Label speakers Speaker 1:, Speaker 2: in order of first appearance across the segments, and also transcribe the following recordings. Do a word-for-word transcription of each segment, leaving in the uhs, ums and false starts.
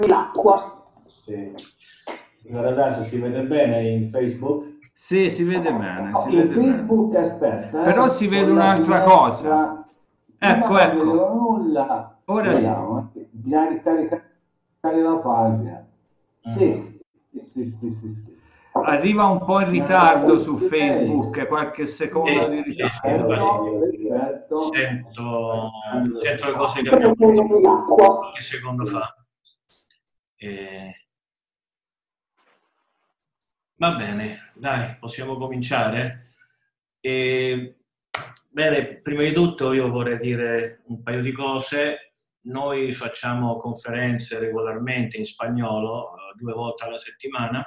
Speaker 1: l'acqua. Sì. Guardate, si vede bene in Facebook?
Speaker 2: Sì, si vede bene. Si
Speaker 1: in
Speaker 2: vede
Speaker 1: Facebook,
Speaker 2: bene.
Speaker 1: aspetta.
Speaker 2: Però
Speaker 1: eh,
Speaker 2: si vede
Speaker 1: con la
Speaker 2: un'altra
Speaker 1: finestra-
Speaker 2: cosa.
Speaker 1: No, ma
Speaker 2: Ecco,
Speaker 1: non
Speaker 2: ecco.
Speaker 1: vedevo nulla.
Speaker 2: Ora sì.
Speaker 1: Vediamo, eh. Bisogna ricaricare la pagina.
Speaker 2: Mm.
Speaker 1: Sì, sì, sì, sì, sì, sì.
Speaker 2: Arriva un po' in ritardo su Facebook, qualche secondo di
Speaker 3: Sì, sì,
Speaker 2: ritardo.
Speaker 3: infatti
Speaker 1: Perfetto.
Speaker 3: sento, sento le cose che abbiamo detto qualche secondo fa. E... Va bene, dai, possiamo cominciare. E... Bene, prima di tutto io vorrei dire un paio di cose. Noi facciamo conferenze regolarmente in spagnolo, eh, due volte alla settimana.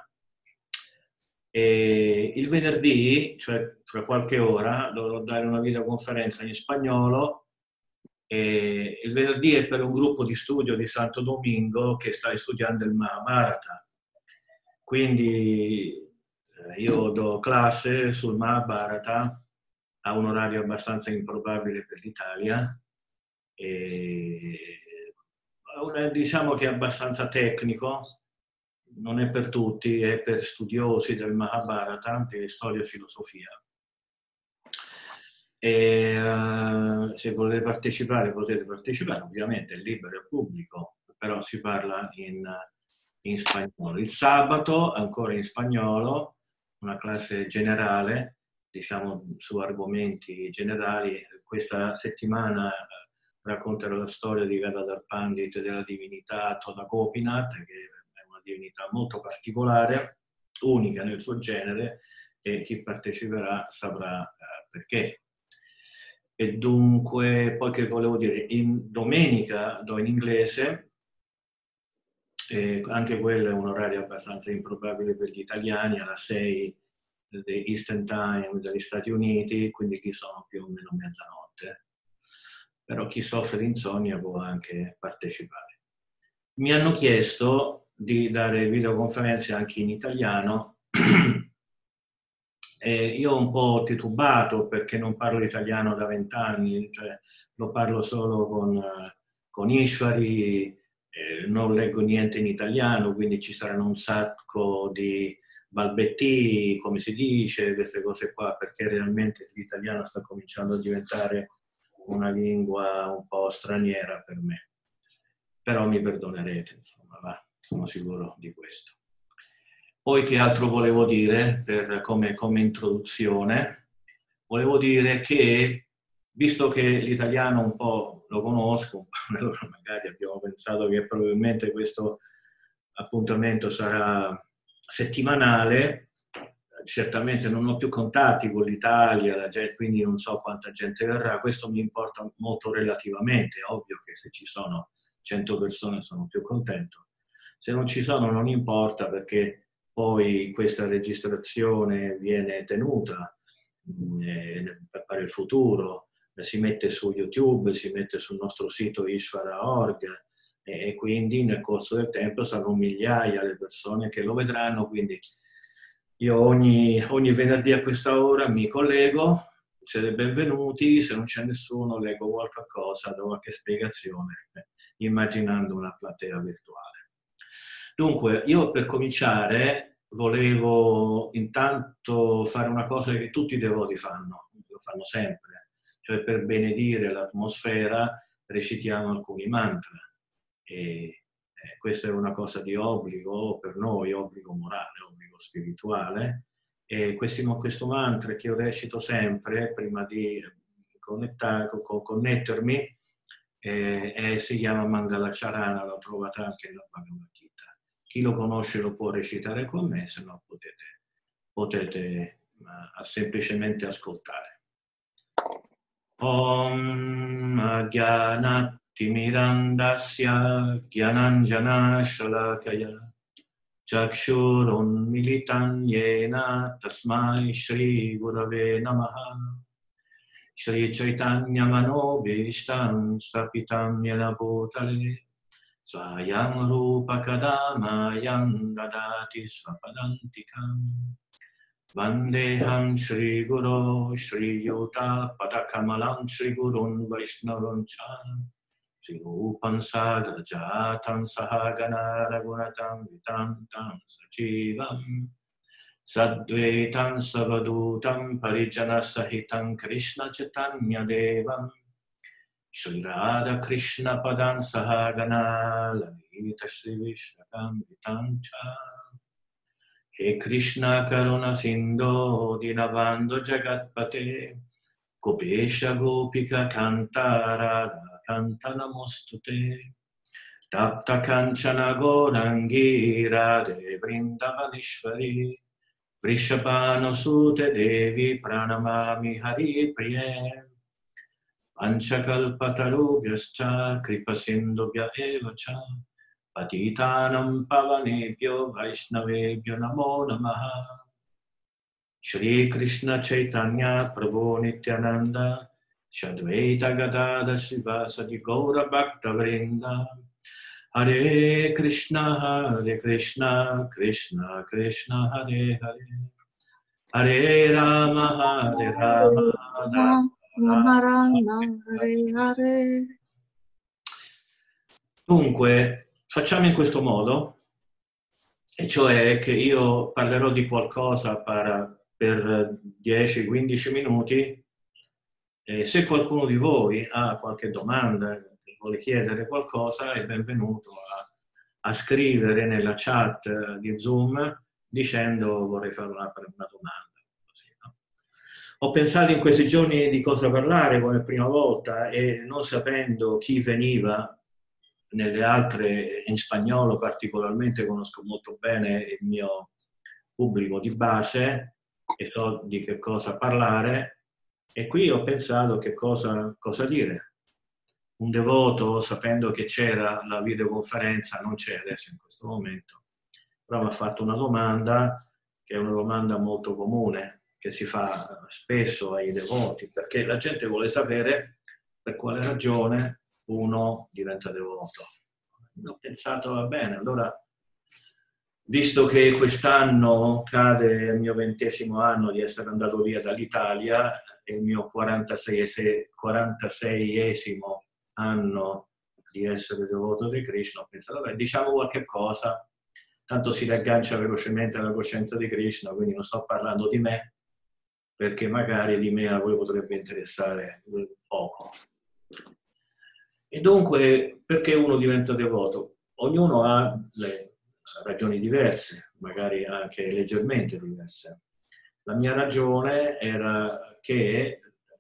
Speaker 3: E il venerdì, cioè fra qualche ora, dovrò dare una videoconferenza in spagnolo. E il venerdì è per un gruppo di studio di Santo Domingo che sta studiando il Mahabharata. Quindi eh, io do classe sul Mahabharata a un orario abbastanza improbabile per l'Italia. E, diciamo che è abbastanza tecnico, non è per tutti, è per studiosi del Mahabharata, di storia e filosofia. E, uh, se volete partecipare potete partecipare, ovviamente è libero e pubblico, però si parla in, in spagnolo. Il sabato ancora in spagnolo, una classe generale, diciamo su argomenti generali. Questa settimana racconterò la storia di Gadadhar Pandit e della divinità Toda Gopinath, che è una divinità molto particolare, unica nel suo genere, e chi parteciperà saprà uh, perché. E dunque, poi che volevo dire, in domenica do in inglese, e anche quello è un orario abbastanza improbabile per gli italiani, alla sei di Eastern Time degli Stati Uniti, quindi chi sono più o meno mezzanotte. Però chi soffre di insonnia può anche partecipare. Mi hanno chiesto di dare videoconferenze anche in italiano. E io ho un po' titubato perché non parlo italiano da vent'anni, cioè lo parlo solo con, con Ishvari, eh, non leggo niente in italiano, quindi ci saranno un sacco di balbetti, come si dice, queste cose qua, perché realmente l'italiano sta cominciando a diventare una lingua un po' straniera per me. Però mi perdonerete, insomma, va, sono sicuro di questo. Poi che altro volevo dire per, come, come introduzione? Volevo dire che, visto che l'italiano un po' lo conosco, allora magari abbiamo pensato che probabilmente questo appuntamento sarà settimanale, certamente non ho più contatti con l'Italia, la gente, quindi non so quanta gente verrà, questo mi importa molto relativamente, è ovvio che se ci sono cento persone sono più contento, se non ci sono non importa perché poi questa registrazione viene tenuta eh, per il futuro, si mette su YouTube, si mette sul nostro sito ishvara punto org e, e quindi nel corso del tempo saranno migliaia le persone che lo vedranno, quindi io ogni, ogni venerdì a questa ora mi collego, siete benvenuti, se non c'è nessuno leggo qualche cosa, do qualche spiegazione, eh, immaginando una platea virtuale. Dunque, io per cominciare volevo intanto fare una cosa che tutti i devoti fanno, lo fanno sempre, cioè per benedire l'atmosfera recitiamo alcuni mantra. E eh, questa è una cosa di obbligo per noi, obbligo morale, obbligo spirituale. E questi, questo mantra che io recito sempre prima di connettermi eh, eh, si chiama Mangalacharana, lo trovate anche nella Bhagavad Gita. Chi lo conosce lo può recitare con me, se no potete, potete uh, semplicemente ascoltare. Om Agyanat Timirandasya Gyananjana Shalakaya Chakshurun Militan Yena Tasmai Shri Gurave Namaha Shri Chaitanya Manobishtam Stapitam Yena Bhutale Swayam Rupa Kadamayam Dadati Svapadantikam Vandeham Shri Guru Shri Yuta Padakamalam Shri Gurun Vaishnavam Cha Sirupam Sagrajatam Sahagana Ragunatam Vitantam Sajivam Sadvetam Savadutam Parijana Sahitam Krishna Chaitanya Devam Shri Radha Krishna Padam Sahagana Lalita Shri Vishakam Vitancha He Krishna Karuna Sindho Dinavando Jagatpate Gopesha Gopika Kantara Kanta Namostute Tapta Kanchana Gorangi Radhe Vrindavanishvari Vrishabhanu Sute Devi Pranamami Hari Priye Panchakalpatarubhyascha Kripasindubhya Evacha Patitanam Pavanebhyo Vaishnavebhyo Namo Namaha Shri Krishna Chaitanya Prabhu Nityananda Shadvaita Gadada Srivasadi Gaura Bhakta Vrinda Hare Krishna Hare Krishna Krishna Krishna Hare Hare Hare Rama Hare Rama Rama
Speaker 4: Rama Hare Hare.
Speaker 3: Dunque, facciamo in questo modo, e cioè che io parlerò di qualcosa per, per dieci quindici minuti. E se qualcuno di voi ha qualche domanda, vuole chiedere qualcosa, è benvenuto a, a scrivere nella chat di Zoom dicendo vorrei fare una, una domanda. Così, no? Ho pensato in questi giorni di cosa parlare come prima volta e non sapendo chi veniva nelle altre, in spagnolo particolarmente conosco molto bene il mio pubblico di base e so di che cosa parlare. E qui ho pensato che cosa, cosa dire. Un devoto, sapendo che c'era la videoconferenza, non c'è adesso in questo momento, però mi ha fatto una domanda che è una domanda molto comune, che si fa spesso ai devoti, perché la gente vuole sapere per quale ragione uno diventa devoto. Ho pensato, va bene, allora, visto che quest'anno cade il mio ventesimo anno di essere andato via dall'Italia, e il mio quarantaseiesimo anno di essere devoto di Krishna, ho pensato, vabbè, diciamo qualche cosa, tanto si riaggancia velocemente alla coscienza di Krishna, quindi non sto parlando di me, perché magari di me a voi potrebbe interessare poco. E dunque, perché uno diventa devoto? Ognuno ha le ragioni diverse, magari anche leggermente diverse. La mia ragione era che,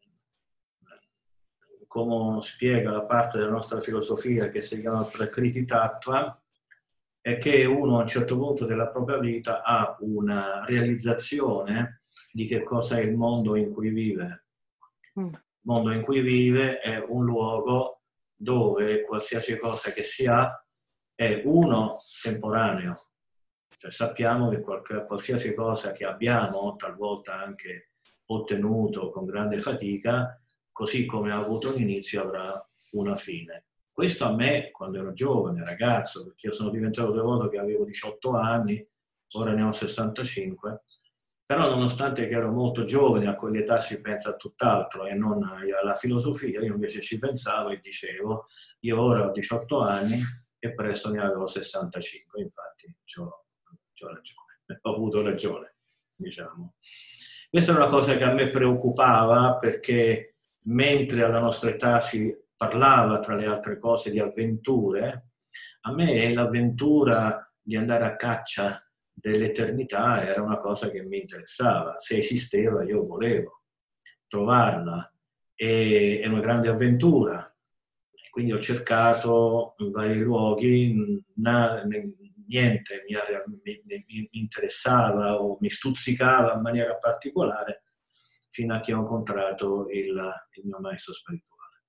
Speaker 3: come spiega la parte della nostra filosofia che si chiama Prakriti Tattva, è che uno a un certo punto della propria vita ha una realizzazione di che cosa è il mondo in cui vive. Il mondo in cui vive è un luogo dove qualsiasi cosa che si ha è uno temporaneo. Cioè, sappiamo che qualche, qualsiasi cosa che abbiamo, talvolta anche ottenuto con grande fatica, così come ha avuto un inizio, avrà una fine. Questo a me, quando ero giovane, ragazzo, perché io sono diventato devoto che avevo diciotto anni, ora ne ho sessantacinque, però nonostante che ero molto giovane, a quell'età si pensa a tutt'altro e non alla filosofia, io invece ci pensavo e dicevo, io ora ho diciotto anni e presto ne avevo sessantacinque, infatti c'ho Ho, ragione, ho avuto ragione, diciamo. Questa è una cosa che a me preoccupava perché mentre alla nostra età si parlava, tra le altre cose, di avventure, a me l'avventura di andare a caccia dell'eternità era una cosa che mi interessava. Se esisteva io volevo trovarla. E, è una grande avventura. E quindi ho cercato in vari luoghi, na, niente mi, mi, mi interessava o mi stuzzicava in maniera particolare fino a che ho incontrato il, il mio maestro spirituale.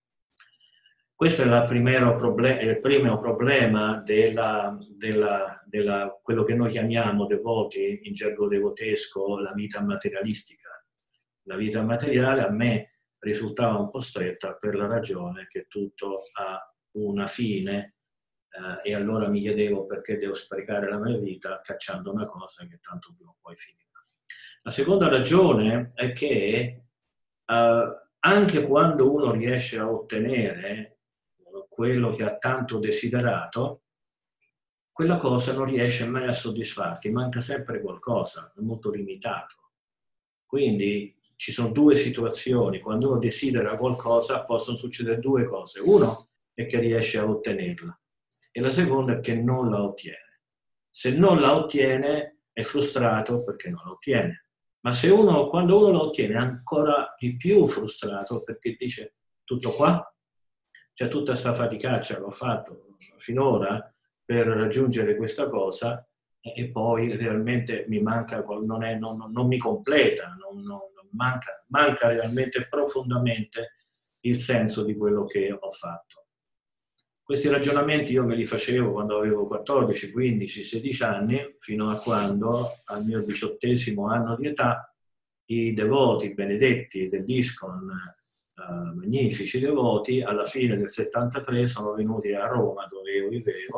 Speaker 3: Questo è, la primero problem- è il primo problema della, della, della quello che noi chiamiamo devoti, in gergo devotesco, la vita materialistica. La vita materiale a me risultava un po' stretta per la ragione che tutto ha una fine. Uh, e allora mi chiedevo perché devo sprecare la mia vita cacciando una cosa che tanto prima o poi finirà. La seconda ragione è che uh, anche quando uno riesce a ottenere quello che ha tanto desiderato, quella cosa non riesce mai a soddisfarti, manca sempre qualcosa, è molto limitato. Quindi ci sono due situazioni, quando uno desidera qualcosa possono succedere due cose. Uno è che riesce a ottenerla e la seconda è che non la ottiene. Se non la ottiene è frustrato perché non la ottiene. Ma se uno, quando uno la ottiene, è ancora di più frustrato perché dice tutto qua? Cioè tutta questa faticaccia l'ho fatto finora per raggiungere questa cosa e poi realmente mi manca, non, è, non, non mi completa, non, non, manca, manca realmente profondamente il senso di quello che ho fatto. Questi ragionamenti io me li facevo quando avevo quattordici, quindici, sedici anni, fino a quando al mio diciottesimo anno di età i devoti benedetti dell'ISKCON, eh, magnifici devoti, alla fine del settantatré sono venuti a Roma, dove io vivevo,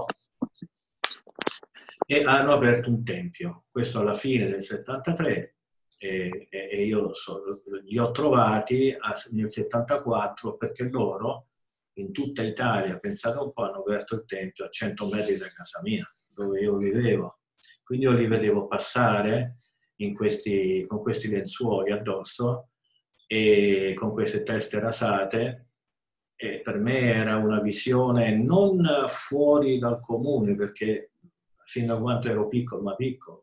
Speaker 3: e hanno aperto un tempio. Questo alla fine del settantatré, e, e, e io so, li ho trovati a, nel settantaquattro, perché loro in tutta Italia, pensate un po', hanno aperto il tempio a cento metri da casa mia, dove io vivevo. Quindi io li vedevo passare in questi, con questi lenzuoli addosso e con queste teste rasate, e per me era una visione non fuori dal comune, perché fino a quando ero piccolo, ma piccolo,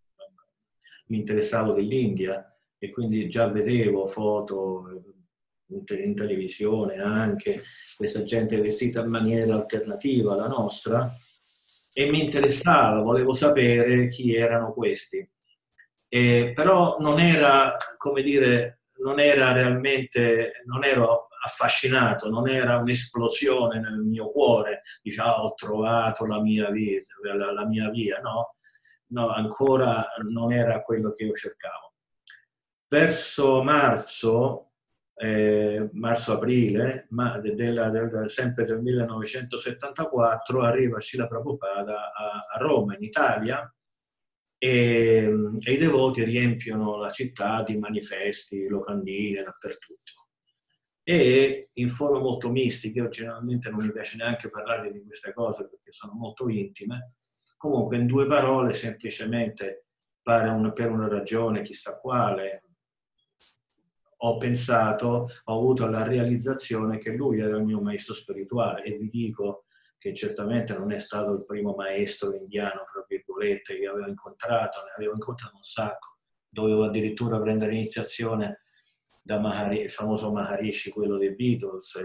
Speaker 3: mi interessavo dell'India e quindi già vedevo foto in, te in televisione, anche questa gente vestita in maniera alternativa alla nostra, e mi interessava, volevo sapere chi erano questi. Eh, però non era, come dire, non era realmente, non ero affascinato, non era un'esplosione nel mio cuore, diciamo, ah, ho trovato la mia via, la, la mia via, no? No, ancora non era quello che io cercavo. Verso marzo, eh, marzo-aprile, ma de, de la, de, sempre del millenovecentosettantaquattro, arriva Srila Prabhupada a, a Roma, in Italia, e, e i devoti riempiono la città di manifesti, locandine, dappertutto. E in forma molto mistica, io generalmente non mi piace neanche parlare di queste cose perché sono molto intime, comunque in due parole, semplicemente per una, per una ragione chissà quale, ho pensato, ho avuto la realizzazione che lui era il mio maestro spirituale, e vi dico che certamente non è stato il primo maestro indiano, fra virgolette, che avevo incontrato, ne avevo incontrato un sacco, dovevo addirittura prendere iniziazione da Maharishi, il famoso Maharishi, quello dei Beatles.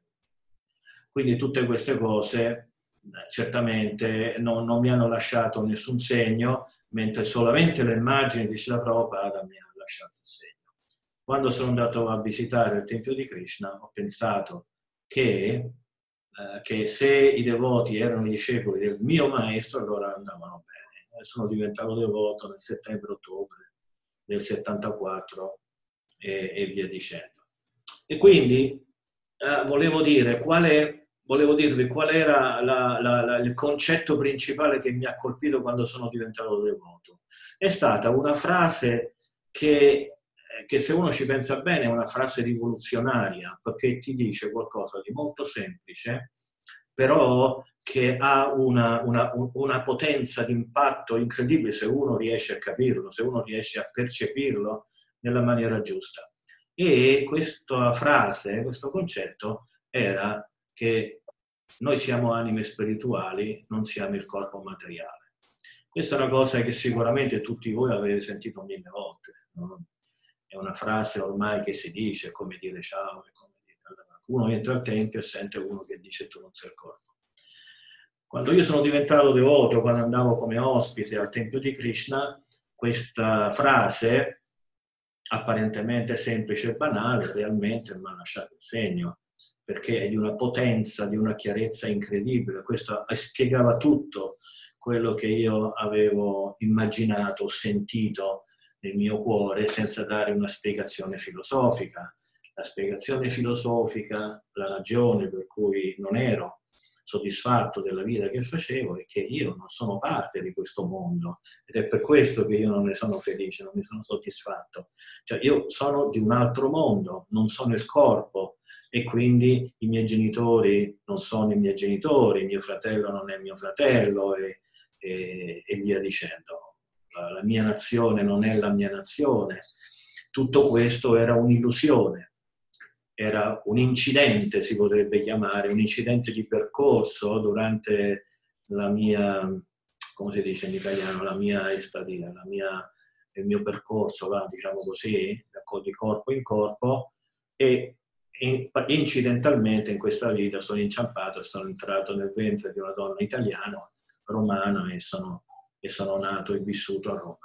Speaker 3: Quindi tutte queste cose certamente non, non mi hanno lasciato nessun segno, mentre solamente le immagini di Srila Prabhupada mi hanno lasciato il segno. Quando sono andato a visitare il Tempio di Krishna ho pensato che che se i devoti erano i discepoli del mio maestro, allora andavano bene. Sono diventato devoto nel settembre-ottobre del settantaquattro e, e via dicendo. E quindi eh, volevo dire qual è, volevo dirvi qual era la, la, la, il concetto principale che mi ha colpito quando sono diventato devoto. È stata una frase che, che se uno ci pensa bene è una frase rivoluzionaria, perché ti dice qualcosa di molto semplice, però che ha una, una, una potenza di impatto incredibile se uno riesce a capirlo, se uno riesce a percepirlo nella maniera giusta. E questa frase, questo concetto era che noi siamo anime spirituali, non siamo il corpo materiale. Questa è una cosa che sicuramente tutti voi avete sentito mille volte, no? È una frase ormai che si dice, come dire ciao, come dire, uno entra al tempio e sente uno che dice tu non sei il corpo. Quando io sono diventato devoto, quando andavo come ospite al Tempio di Krishna, questa frase, apparentemente semplice e banale, realmente mi ha lasciato il segno, perché è di una potenza, di una chiarezza incredibile. Questo spiegava tutto quello che io avevo immaginato, sentito nel mio cuore, senza dare una spiegazione filosofica. La spiegazione filosofica, la ragione per cui non ero soddisfatto della vita che facevo è che io non sono parte di questo mondo, ed è per questo che io non ne sono felice, non mi sono soddisfatto. Cioè io sono di un altro mondo, non sono il corpo e quindi i miei genitori non sono i miei genitori, mio fratello non è mio fratello e, e, e via dicendo. La, la mia nazione non è la mia nazione. Tutto questo era un'illusione, era un incidente, si potrebbe chiamare, un incidente di percorso durante la mia, come si dice in italiano, la mia estadia, la mia, il mio percorso, va, diciamo così, di corpo in corpo, e incidentalmente in questa vita sono inciampato e sono entrato nel ventre di una donna italiana, romana, e sono, e sono nato e vissuto a Roma.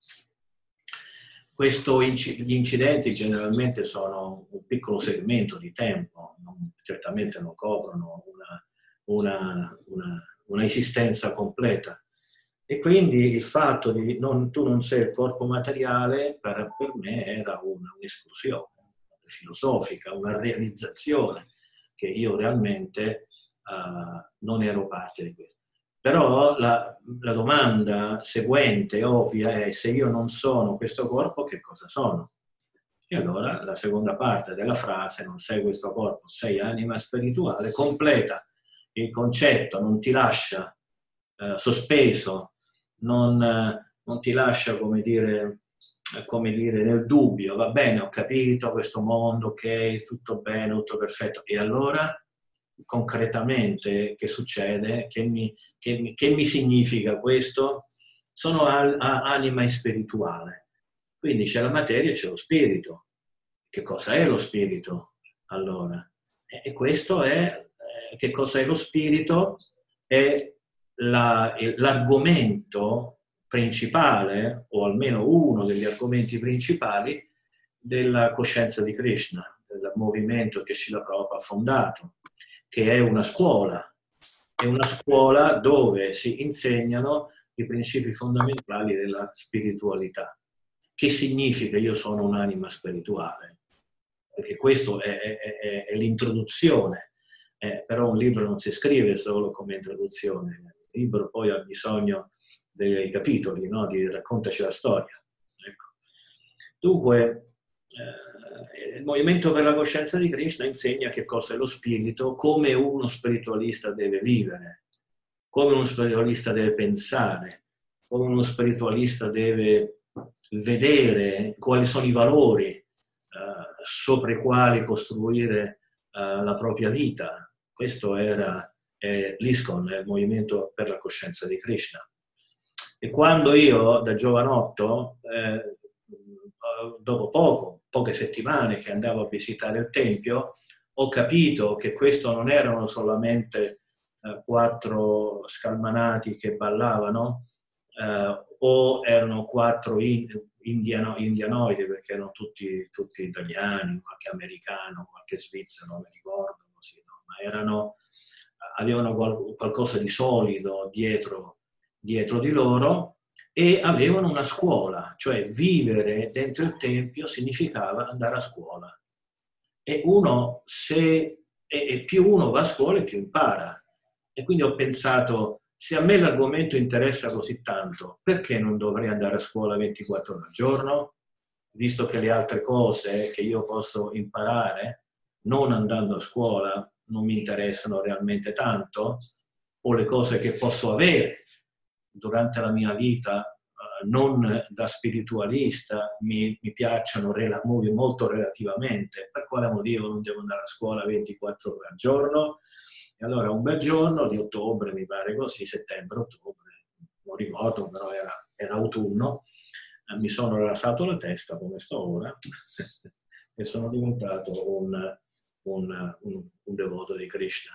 Speaker 3: Questo, gli incidenti generalmente sono un piccolo segmento di tempo, non, certamente non coprono una, una, una, una esistenza completa. E quindi il fatto di non, tu non sei il corpo materiale per, per me era una, un'esclusione filosofica, una realizzazione che io realmente uh, non ero parte di questo. Però la, la domanda seguente, ovvia, è: se io non sono questo corpo, che cosa sono? E allora la seconda parte della frase, non sei questo corpo, sei anima spirituale, completa il concetto, non ti lascia eh, sospeso, non, eh, non ti lascia, come dire, eh, come dire, nel dubbio. Va bene, ho capito questo mondo, ok, tutto bene, tutto perfetto. E allora? Concretamente che succede? Che mi, che mi, che mi significa questo? Sono al, a, anima spirituale, quindi c'è la materia e c'è lo spirito. Che cosa è lo spirito allora? E questo è, eh, che cosa è lo spirito? È la, l'argomento principale, o almeno uno degli argomenti principali della coscienza di Krishna, del movimento che Srila Prabhupada ha fondato, che è una scuola, è una scuola dove si insegnano i principi fondamentali della spiritualità. Che significa io sono un'anima spirituale? Perché questo è, è, è, è l'introduzione, eh, però un libro non si scrive solo come introduzione, il libro poi ha bisogno dei capitoli, no? Di raccontaci la storia. Ecco. Dunque, eh, il Movimento per la Coscienza di Krishna insegna che cosa è lo spirito, come uno spiritualista deve vivere, come uno spiritualista deve pensare, come uno spiritualista deve vedere quali sono i valori eh, sopra i quali costruire eh, la propria vita. Questo era eh, l'ISKCON, il Movimento per la Coscienza di Krishna. E quando io, da giovanotto, eh, dopo poco, poche settimane che andavo a visitare il Tempio, ho capito che questo non erano solamente eh, quattro scalmanati che ballavano, eh, o erano quattro in, indiano, indianoidi, perché erano tutti, tutti italiani, qualche americano, qualche svizzero, non mi ricordo, così, no? Ma erano, avevano qual, qualcosa di solido dietro, dietro di loro, e avevano una scuola, cioè vivere dentro il Tempio significava andare a scuola. E uno, se e più uno va a scuola, più impara. E quindi ho pensato, se a me l'argomento interessa così tanto, perché non dovrei andare a scuola ventiquattro ore al giorno? Visto che le altre cose che io posso imparare, non andando a scuola, non mi interessano realmente tanto, o le cose che posso avere durante la mia vita, non da spiritualista, mi, mi piacciono rela, molto relativamente. Per quale motivo non devo andare a scuola ventiquattro ore al giorno? E allora un bel giorno di ottobre, mi pare così, settembre-ottobre, non ricordo, però era, era autunno, eh, mi sono rasato la testa come sto ora e sono diventato un, un, un, un devoto di Krishna.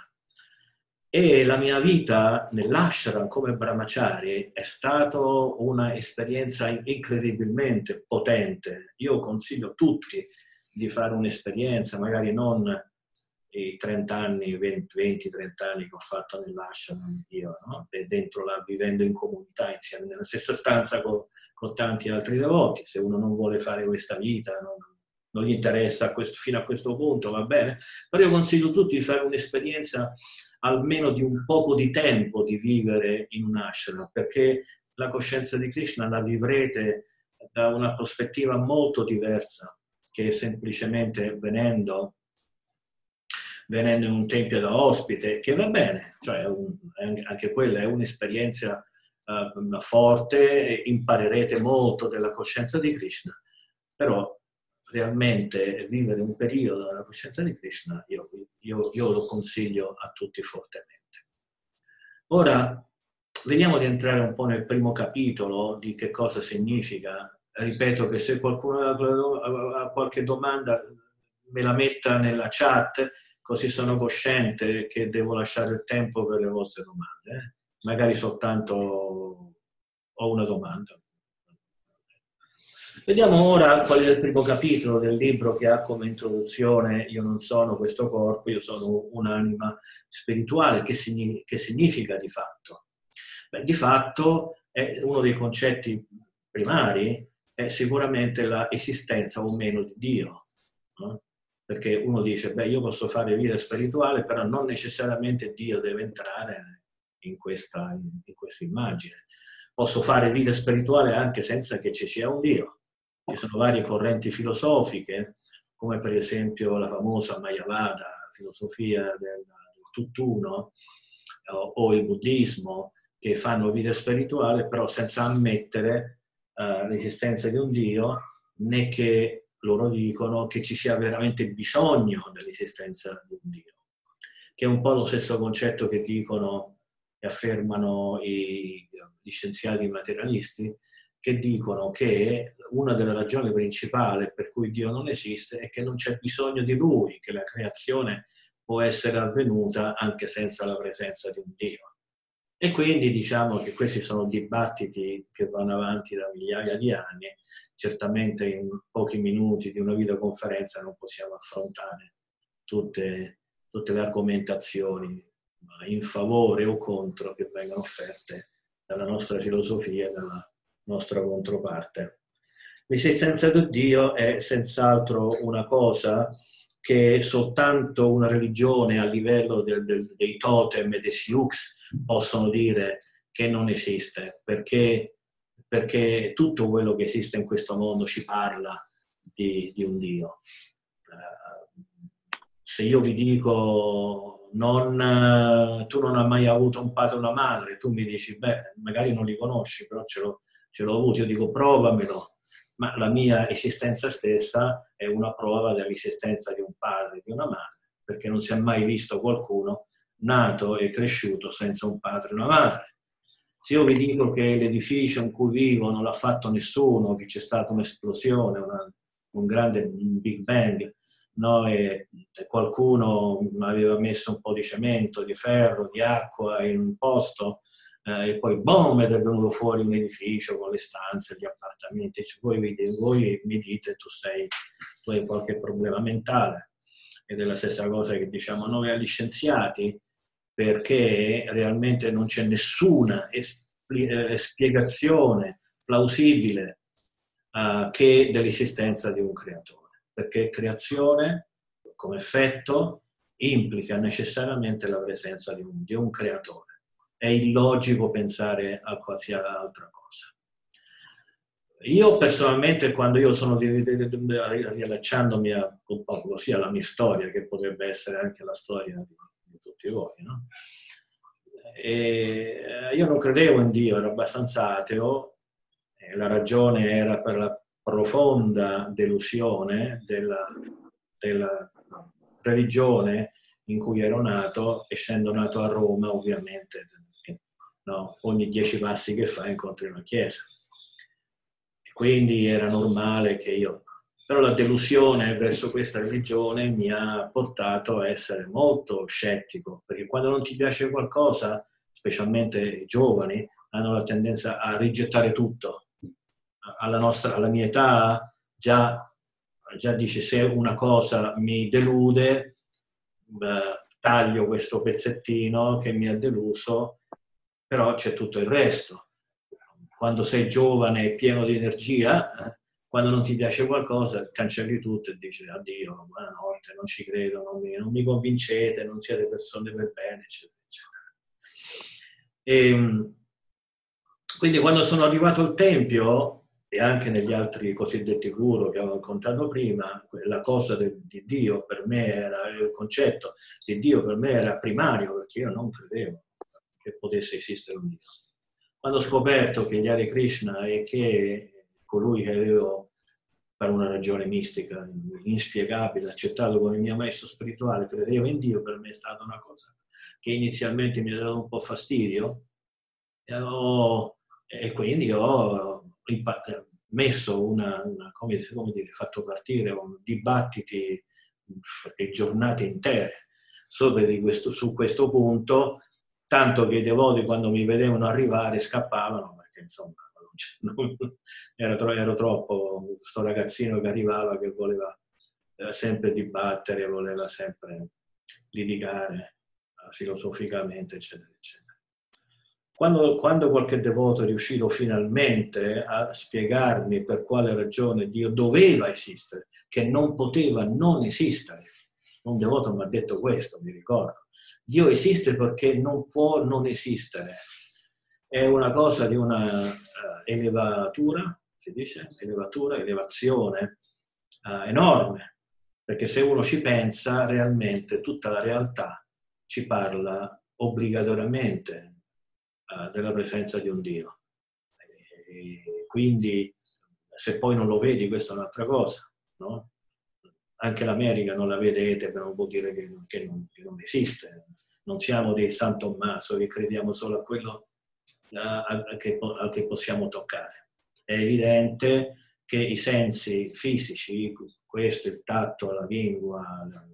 Speaker 3: E la mia vita nell'ashram come brahmachari è stata un'esperienza incredibilmente potente. Io consiglio a tutti di fare un'esperienza, magari non i trenta anni, venti trenta anni che ho fatto nell'ashram io, no? E dentro là, vivendo in comunità insieme, nella stessa stanza con, con tanti altri devoti. Se uno non vuole fare questa vita, non, non gli interessa a questo, fino a questo punto, va bene? Però io consiglio a tutti di fare un'esperienza almeno di un poco di tempo di vivere in un ashram, perché la coscienza di Krishna la vivrete da una prospettiva molto diversa che semplicemente venendo venendo in un tempio da ospite, che va bene, cioè un, anche quella è un'esperienza uh, forte, imparerete molto della coscienza di Krishna, però realmente vivere un periodo della coscienza di Krishna io, io, io lo consiglio a tutti fortemente. Ora veniamo ad entrare un po' nel primo capitolo di che cosa significa. Ripeto che se qualcuno ha qualche domanda me la metta nella chat, così sono cosciente che devo lasciare il tempo per le vostre domande. Eh? Magari soltanto ho una domanda. Vediamo ora qual è il primo capitolo del libro, che ha come introduzione "Io non sono questo corpo, io sono un'anima spirituale". Che, signi- che significa di fatto? Beh, di fatto è uno dei concetti primari, è sicuramente l'esistenza o meno di Dio. No? Perché uno dice, beh, io posso fare vita spirituale, però non necessariamente Dio deve entrare in questa, in questa immagine. Posso fare vita spirituale anche senza che ci sia un Dio. Ci sono varie correnti filosofiche, come per esempio la famosa Mayavada, filosofia del, del tutt'uno, o, o il buddismo, che fanno vita spirituale però senza ammettere uh, l'esistenza di un Dio, né che loro dicono che ci sia veramente bisogno dell'esistenza di un Dio, che è un po' lo stesso concetto che dicono e affermano i, gli scienziati materialisti, che dicono che una delle ragioni principali per cui Dio non esiste è che non c'è bisogno di Lui, che la creazione può essere avvenuta anche senza la presenza di un Dio. E quindi diciamo che questi sono dibattiti che vanno avanti da migliaia di anni. Certamente in pochi minuti di una videoconferenza non possiamo affrontare tutte, tutte le argomentazioni in favore o contro che vengono offerte dalla nostra filosofia e dalla nostra controparte. L'esistenza di Dio è senz'altro una cosa che soltanto una religione a livello del, del, dei totem e dei sioux possono dire che non esiste, perché, perché tutto quello che esiste in questo mondo ci parla di, di un Dio. Uh, se io vi dico non, uh, tu non hai mai avuto un padre o una madre, tu mi dici, beh, magari non li conosci, però ce l'ho, ce l'ho avuto, io dico provamelo, ma la mia esistenza stessa è una prova dell'esistenza di un padre e di una madre, perché non si è mai visto qualcuno nato e cresciuto senza un padre e una madre. Se io vi dico che l'edificio in cui vivo non l'ha fatto nessuno, che c'è stata un'esplosione, una, un grande un Big Bang, no? E qualcuno aveva messo un po' di cemento, di ferro, di acqua in un posto, eh, e poi boom, ed è venuto fuori un edificio con le stanze, gli appartamenti. Cioè, voi, voi mi dite tu sei, tu hai qualche problema mentale. Ed è la stessa cosa che diciamo noi agli scienziati, perché realmente non c'è nessuna espli- spiegazione plausibile uh, che dell'esistenza di un creatore, perché creazione come effetto implica necessariamente la presenza di un, di un creatore. È illogico pensare a qualsiasi altra cosa. Io personalmente, quando io sono riallacciandomi a, un po' così alla mia storia, che potrebbe essere anche la storia di, di tutti voi, no? E io non credevo in Dio, ero abbastanza ateo, e la ragione era per la profonda delusione della, della religione in cui ero nato, essendo nato a Roma, ovviamente, no? Ogni dieci passi che fai incontri una chiesa. Quindi era normale che io... Però la delusione verso questa religione mi ha portato a essere molto scettico, perché quando non ti piace qualcosa, specialmente i giovani, hanno la tendenza a rigettare tutto. Alla, nostra, alla mia età già, già dice, se una cosa mi delude, beh, taglio questo pezzettino che mi ha deluso, però c'è tutto il resto. Quando sei giovane e pieno di energia, quando non ti piace qualcosa, cancelli tutto e dici addio, buonanotte, non ci credo, non mi, non mi convincete, non siete persone per bene, eccetera, eccetera. E, quindi quando sono arrivato al Tempio, e anche negli altri cosiddetti guru che avevo incontrato prima, la cosa de, di Dio per me era, il concetto di Dio per me era primario, perché io non credevo che potesse esistere un Dio. Quando ho scoperto che gli Hare Krishna e che colui che avevo per una ragione mistica, inspiegabile, accettato come mio maestro spirituale, credeva in Dio, per me è stata una cosa che inizialmente mi ha dato un po' fastidio, e, ho, e quindi ho messo una, una come, come dire, fatto partire un dibattiti e giornate intere sopra di questo, su questo punto, tanto che i devoti quando mi vedevano arrivare scappavano, perché insomma non, era, ero troppo sto ragazzino che arrivava, che voleva eh, sempre dibattere, voleva sempre litigare eh, filosoficamente, eccetera, eccetera. Quando, quando qualche devoto è riuscito finalmente a spiegarmi per quale ragione Dio doveva esistere, che non poteva non esistere, un devoto mi ha detto questo, mi ricordo, Dio esiste perché non può non esistere. È una cosa di una uh, elevatura, si dice, elevatura, elevazione uh, enorme, perché se uno ci pensa, realmente tutta la realtà ci parla obbligatoriamente uh, della presenza di un Dio. E quindi, se poi non lo vedi, questa è un'altra cosa, no? Anche l'America non la vede ete, per non vuol dire che, che, non, che non esiste. Non siamo dei San Tommaso che crediamo solo a quello uh, che, a che possiamo toccare. È evidente che i sensi fisici, questo, il tatto, la lingua,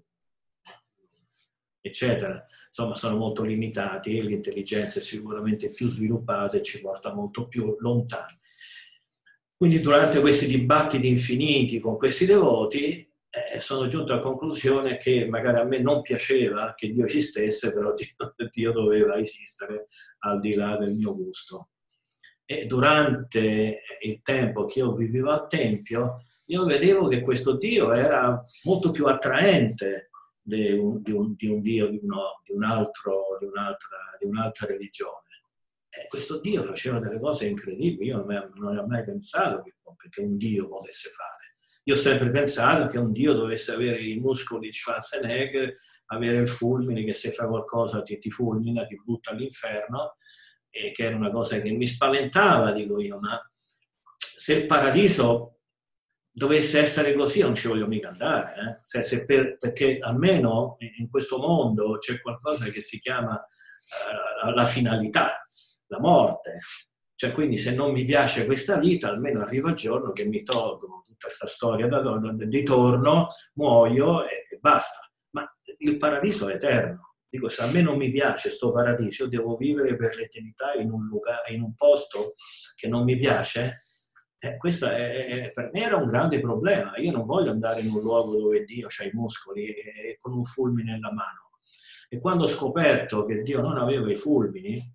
Speaker 3: eccetera, insomma, sono molto limitati, l'intelligenza è sicuramente più sviluppata e ci porta molto più lontani. Quindi durante questi dibattiti infiniti con questi devoti, Eh, sono giunto alla conclusione che magari a me non piaceva che Dio esistesse, però Dio, Dio doveva esistere al di là del mio gusto. E durante il tempo che io vivevo al Tempio, io vedevo che questo Dio era molto più attraente di un, di un, di un Dio di, uno, di, un altro, di, un'altra, di un'altra religione. E questo Dio faceva delle cose incredibili, io non, non ho mai pensato che, che un Dio potesse fare. Io ho sempre pensato che un Dio dovesse avere i muscoli di Schwarzenegger, avere il fulmine, che se fa qualcosa ti, ti fulmina, ti butta all'inferno, e che era una cosa che mi spaventava, dico io, ma se il paradiso dovesse essere così non ci voglio mica andare, eh? se, se per, perché almeno in questo mondo c'è qualcosa che si chiama uh, la finalità, la morte. Cioè, quindi se non mi piace questa vita, almeno arriva il giorno che mi tolgono tutta questa storia da ritorno, muoio e, e basta. Ma il paradiso è eterno. Dico, se a me non mi piace sto paradiso, io devo vivere per l'eternità in un lugar, in un posto che non mi piace? Eh, questo è, è, per me era un grande problema. Io non voglio andare in un luogo dove Dio ha i muscoli e, e con un fulmine nella mano. E quando ho scoperto che Dio non aveva i fulmini,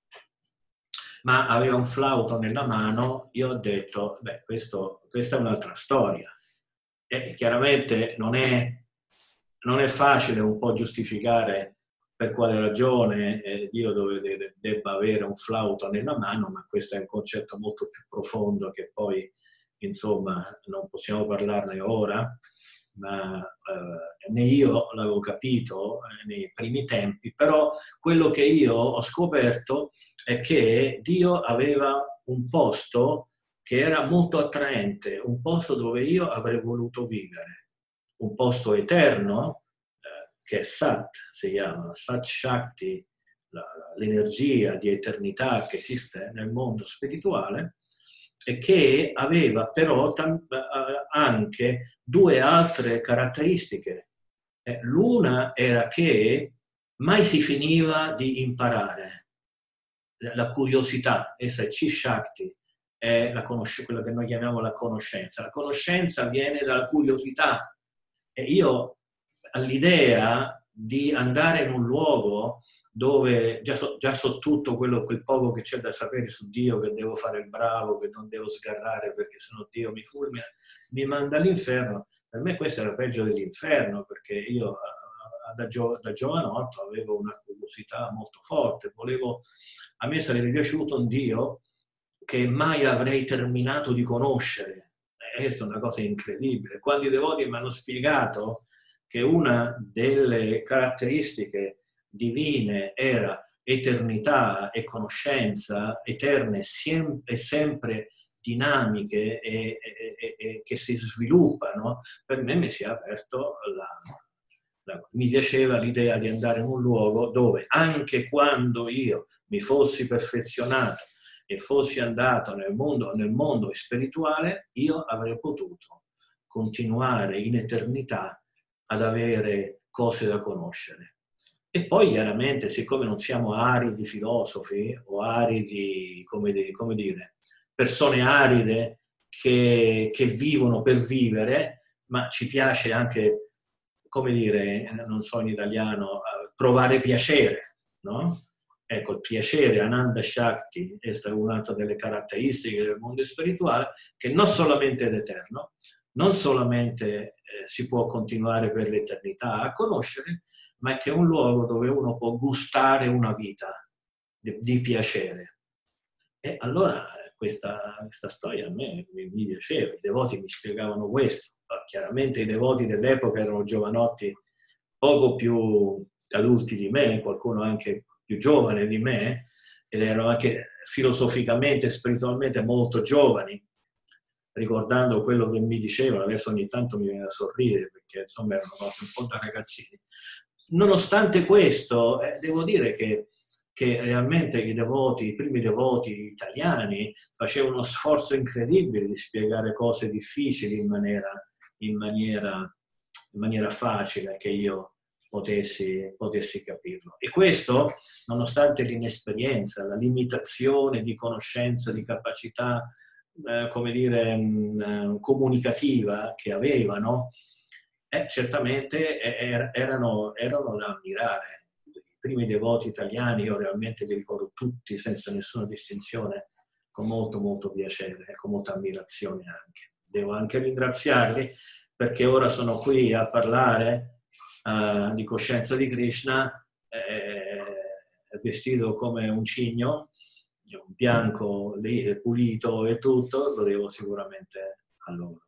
Speaker 3: ma aveva un flauto nella mano, io ho detto, beh, questo, questa è un'altra storia. E chiaramente non è, non è facile un po' giustificare per quale ragione eh, Dio dove, debba avere un flauto nella mano, ma questo è un concetto molto più profondo che poi, insomma, non possiamo parlarne ora, ma eh, né io l'avevo capito eh, nei primi tempi, però quello che io ho scoperto è che Dio aveva un posto che era molto attraente, un posto dove io avrei voluto vivere, un posto eterno, eh, che è Sat, si chiama Sat Shakti, la, l'energia di eternità che esiste nel mondo spirituale, e che aveva però tam- anche due altre caratteristiche. Eh, l'una era che mai si finiva di imparare. La curiosità, essa è Chi-Shakti, è la conosc- quello che noi chiamiamo la conoscenza. La conoscenza viene dalla curiosità. E io all'idea di andare in un luogo dove già so, già so tutto quello, quel poco che c'è da sapere su Dio, che devo fare il bravo, che non devo sgarrare perché sennò Dio mi fulmina, mi manda all'inferno. Per me questo era peggio dell'inferno, perché io da, gio, da giovanotto avevo una curiosità molto forte. Volevo, a me sarebbe piaciuto un Dio che mai avrei terminato di conoscere. È una cosa incredibile. Quando i devoti mi hanno spiegato che una delle caratteristiche divine era eternità e conoscenza eterne e sempre dinamiche e, e, e che si sviluppano, per me mi si è aperto la, la... mi piaceva l'idea di andare in un luogo dove anche quando io mi fossi perfezionato e fossi andato nel mondo, nel mondo spirituale, io avrei potuto continuare in eternità ad avere cose da conoscere. E poi chiaramente, siccome non siamo aridi filosofi o aridi, come, di, come dire, persone aride che, che vivono per vivere, ma ci piace anche, come dire, non so in italiano, provare piacere, no? Ecco, il piacere, Ananda Shakti, è un'altra delle caratteristiche del mondo spirituale, che non solamente è eterno, non solamente eh, si può continuare per l'eternità a conoscere, ma è che è un luogo dove uno può gustare una vita di, di piacere. E allora questa, questa storia a me mi, mi piaceva, i devoti mi spiegavano questo. Chiaramente i devoti dell'epoca erano giovanotti poco più adulti di me, qualcuno anche più giovane di me, ed erano anche filosoficamente e spiritualmente molto giovani, ricordando quello che mi dicevano. Adesso ogni tanto mi viene da sorridere, perché insomma erano cose un po' da ragazzini. Nonostante questo, eh, devo dire che, che realmente i devoti, i primi devoti italiani, facevano uno sforzo incredibile di spiegare cose difficili in maniera, in maniera, in maniera facile, che io potessi, potessi capirlo. E questo, nonostante l'inesperienza, la limitazione di conoscenza, di capacità, eh, come dire, mh, comunicativa che avevano, eh, certamente er erano, erano da ammirare. I primi devoti italiani, io realmente li ricordo tutti, senza nessuna distinzione, con molto molto piacere, con molta ammirazione anche. Devo anche ringraziarli, perché ora sono qui a parlare Uh, di coscienza di Krishna, eh, vestito come un cigno, bianco, pulito e tutto, lo devo sicuramente a loro.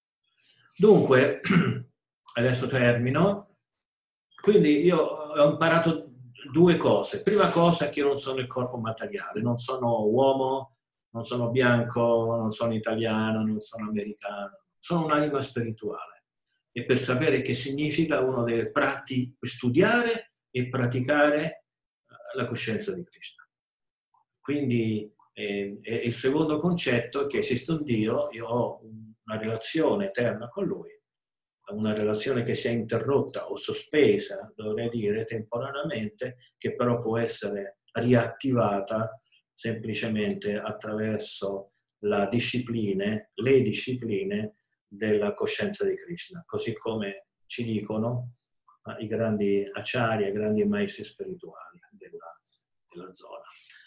Speaker 3: Dunque, adesso termino. Quindi io ho imparato due cose. Prima cosa è che io non sono il corpo materiale, non sono uomo, non sono bianco, non sono italiano, non sono americano, sono un'anima spirituale. E per sapere che significa uno deve studiare e praticare la coscienza di Krishna. Quindi eh, il secondo concetto è che esiste un Dio, io ho una relazione eterna con Lui, una relazione che si è interrotta o sospesa, dovrei dire, temporaneamente, che però può essere riattivata semplicemente attraverso la discipline, le discipline della coscienza di Krishna, così come ci dicono i grandi acciari, i grandi maestri spirituali della, della zona.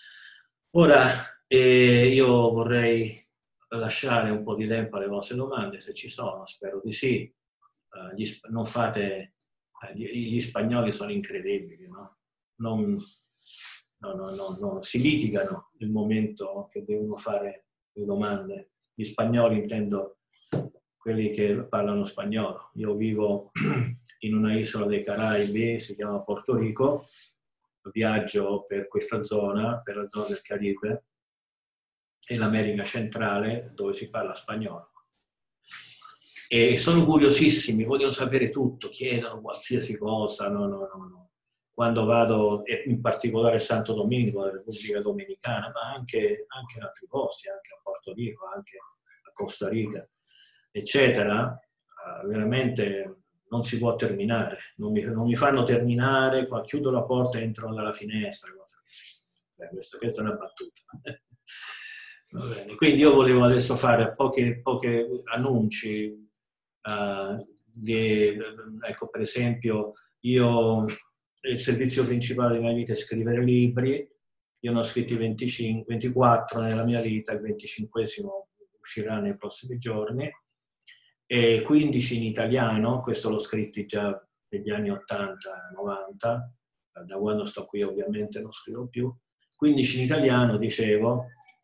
Speaker 3: Ora eh, io vorrei lasciare un po' di tempo alle vostre domande, se ci sono, spero di sì. Uh, gli, non fate, uh, gli, gli spagnoli sono incredibili, no? Non, no, no, no, no, si litigano il momento che devono fare le domande. Gli spagnoli intendo quelli che parlano spagnolo. Io vivo in una isola dei Caraibi, si chiama Porto Rico, viaggio per questa zona, per la zona del Caribe e l'America centrale, dove si parla spagnolo. E sono curiosissimi, vogliono sapere tutto, chiedono qualsiasi cosa, no, no, no, no. Quando vado, in particolare a Santo Domingo, nella Repubblica Dominicana, ma anche, anche in altri posti, anche a Porto Rico, anche a Costa Rica, eccetera, veramente non si può terminare, non mi, non mi fanno terminare, qua chiudo la porta e entrano dalla finestra. Cosa. Beh, questa, questa è una battuta. Va bene. Quindi io volevo adesso fare pochi annunci. Uh, di, ecco, per esempio, io il servizio principale della mia vita è scrivere libri. Io ne ho scritti venticinque, ventiquattro nella mia vita, il venticinquesimo uscirà nei prossimi giorni, e quindici in italiano. Questo l'ho scritti già negli anni ottanta novanta, da quando sto qui ovviamente non scrivo più. quindici in italiano, dicevo,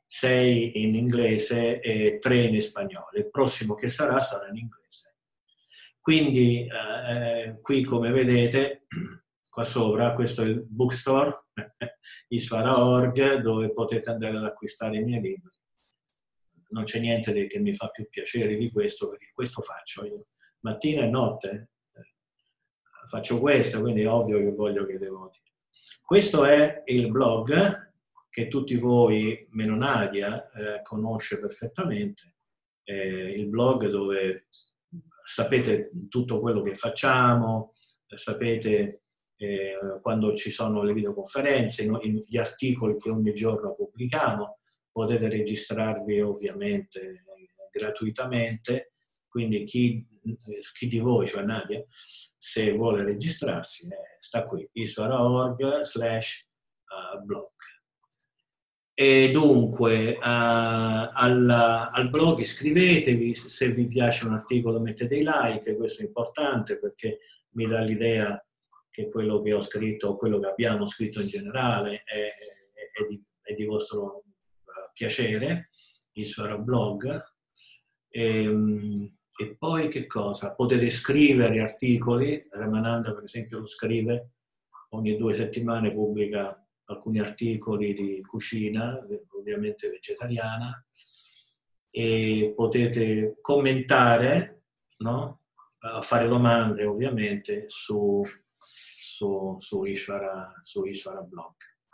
Speaker 3: sei in inglese e tre in spagnolo. Il prossimo che sarà sarà in inglese. Quindi eh, qui, come vedete, qua sopra, questo è il bookstore, isfara punto org, dove potete andare ad acquistare i miei libri. Non c'è niente che mi fa più piacere di questo, perché questo faccio io. Mattina e notte eh, faccio questo, quindi è ovvio che voglio che i devoti. Questo è il blog che tutti voi, meno Nadia, eh, conosce perfettamente. Eh, il blog dove sapete tutto quello che facciamo, sapete eh, quando ci sono le videoconferenze, no, gli articoli che ogni giorno pubblichiamo, potete registrarvi ovviamente eh, gratuitamente, quindi chi, chi di voi, cioè Nadia, se vuole registrarsi, eh, sta qui, isfara punto org slash blog. E dunque uh, al, al blog iscrivetevi, se vi piace un articolo mettete i like, questo è importante perché mi dà l'idea che quello che ho scritto, quello che abbiamo scritto in generale è, è, è, di, è di vostro piacere, isfara blog. E, e poi che cosa? Potete scrivere articoli, Ramananda per esempio lo scrive, ogni due settimane pubblica alcuni articoli di cucina, ovviamente vegetariana, e potete commentare, no? Fare domande ovviamente su, su, su, Ishvara, su Ishvara Blog.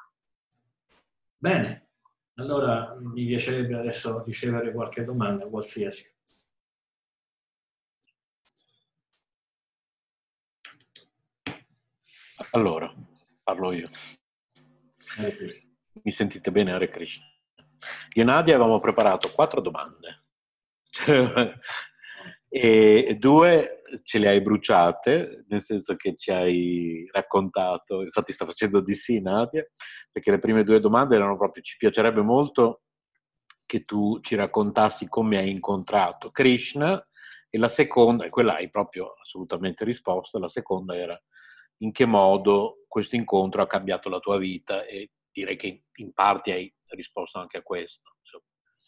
Speaker 3: Bene, allora mi piacerebbe adesso ricevere qualche domanda, qualsiasi.
Speaker 5: Allora, parlo io. Mi sentite bene, Hare Krishna? Io e Nadia avevamo preparato quattro domande e due ce le hai bruciate, nel senso che ci hai raccontato, infatti sta facendo di sì Nadia, perché le prime due domande erano proprio: ci piacerebbe molto che tu ci raccontassi come hai incontrato Krishna, e la seconda, e quella hai proprio assolutamente risposto, la seconda era: in che modo questo incontro ha cambiato la tua vita, e direi che in parte hai risposto anche a questo. Insomma.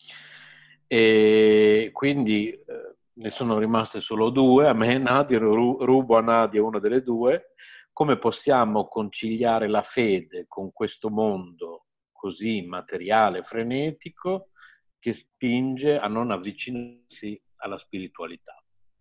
Speaker 5: E quindi eh, ne sono rimaste solo due, a me Nadia, rubo a Nadia una delle due. Come possiamo conciliare la fede con questo mondo così materiale, frenetico, che spinge a non avvicinarsi alla spiritualità?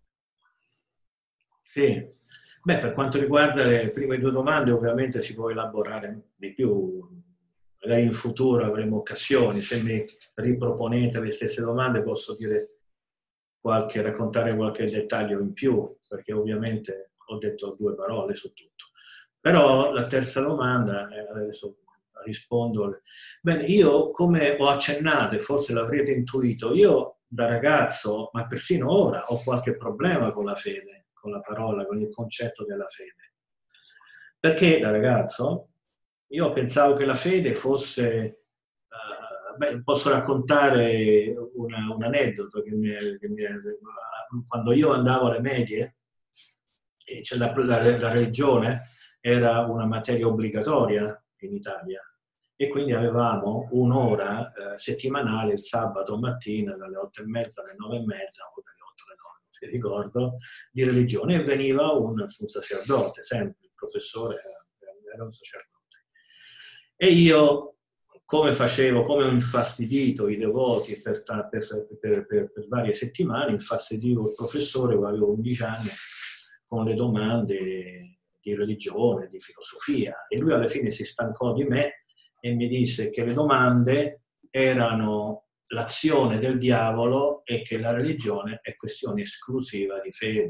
Speaker 3: Sì. Beh, per quanto riguarda le prime due domande, ovviamente si può elaborare di più. Magari in futuro avremo occasioni. Se mi riproponete le stesse domande, posso dire qualche, raccontare qualche dettaglio in più, perché ovviamente ho detto due parole su tutto. Però la terza domanda, adesso rispondo. Bene, io, come ho accennato, e forse l'avrete intuito, io da ragazzo, ma persino ora, ho qualche problema con la fede, con la parola, con il concetto della fede. Perché da ragazzo io pensavo che la fede fosse... Uh, beh, posso raccontare una, un aneddoto che mi, che mi, quando io andavo alle medie, cioè la, la, la religione era una materia obbligatoria in Italia, e quindi avevamo un'ora eh, settimanale il sabato mattina dalle otto e mezza alle nove e mezza, o dalle otto alle nove, se ricordo, di religione, e veniva un, un sacerdote, sempre il professore era, era un sacerdote. E io, come facevo, come ho infastidito i devoti per, per, per, per, per varie settimane, infastidivo il professore, avevo undici anni, con le domande di religione, di filosofia, e lui alla fine si stancò di me e mi disse che le domande erano l'azione del diavolo e che la religione è questione esclusiva di fede.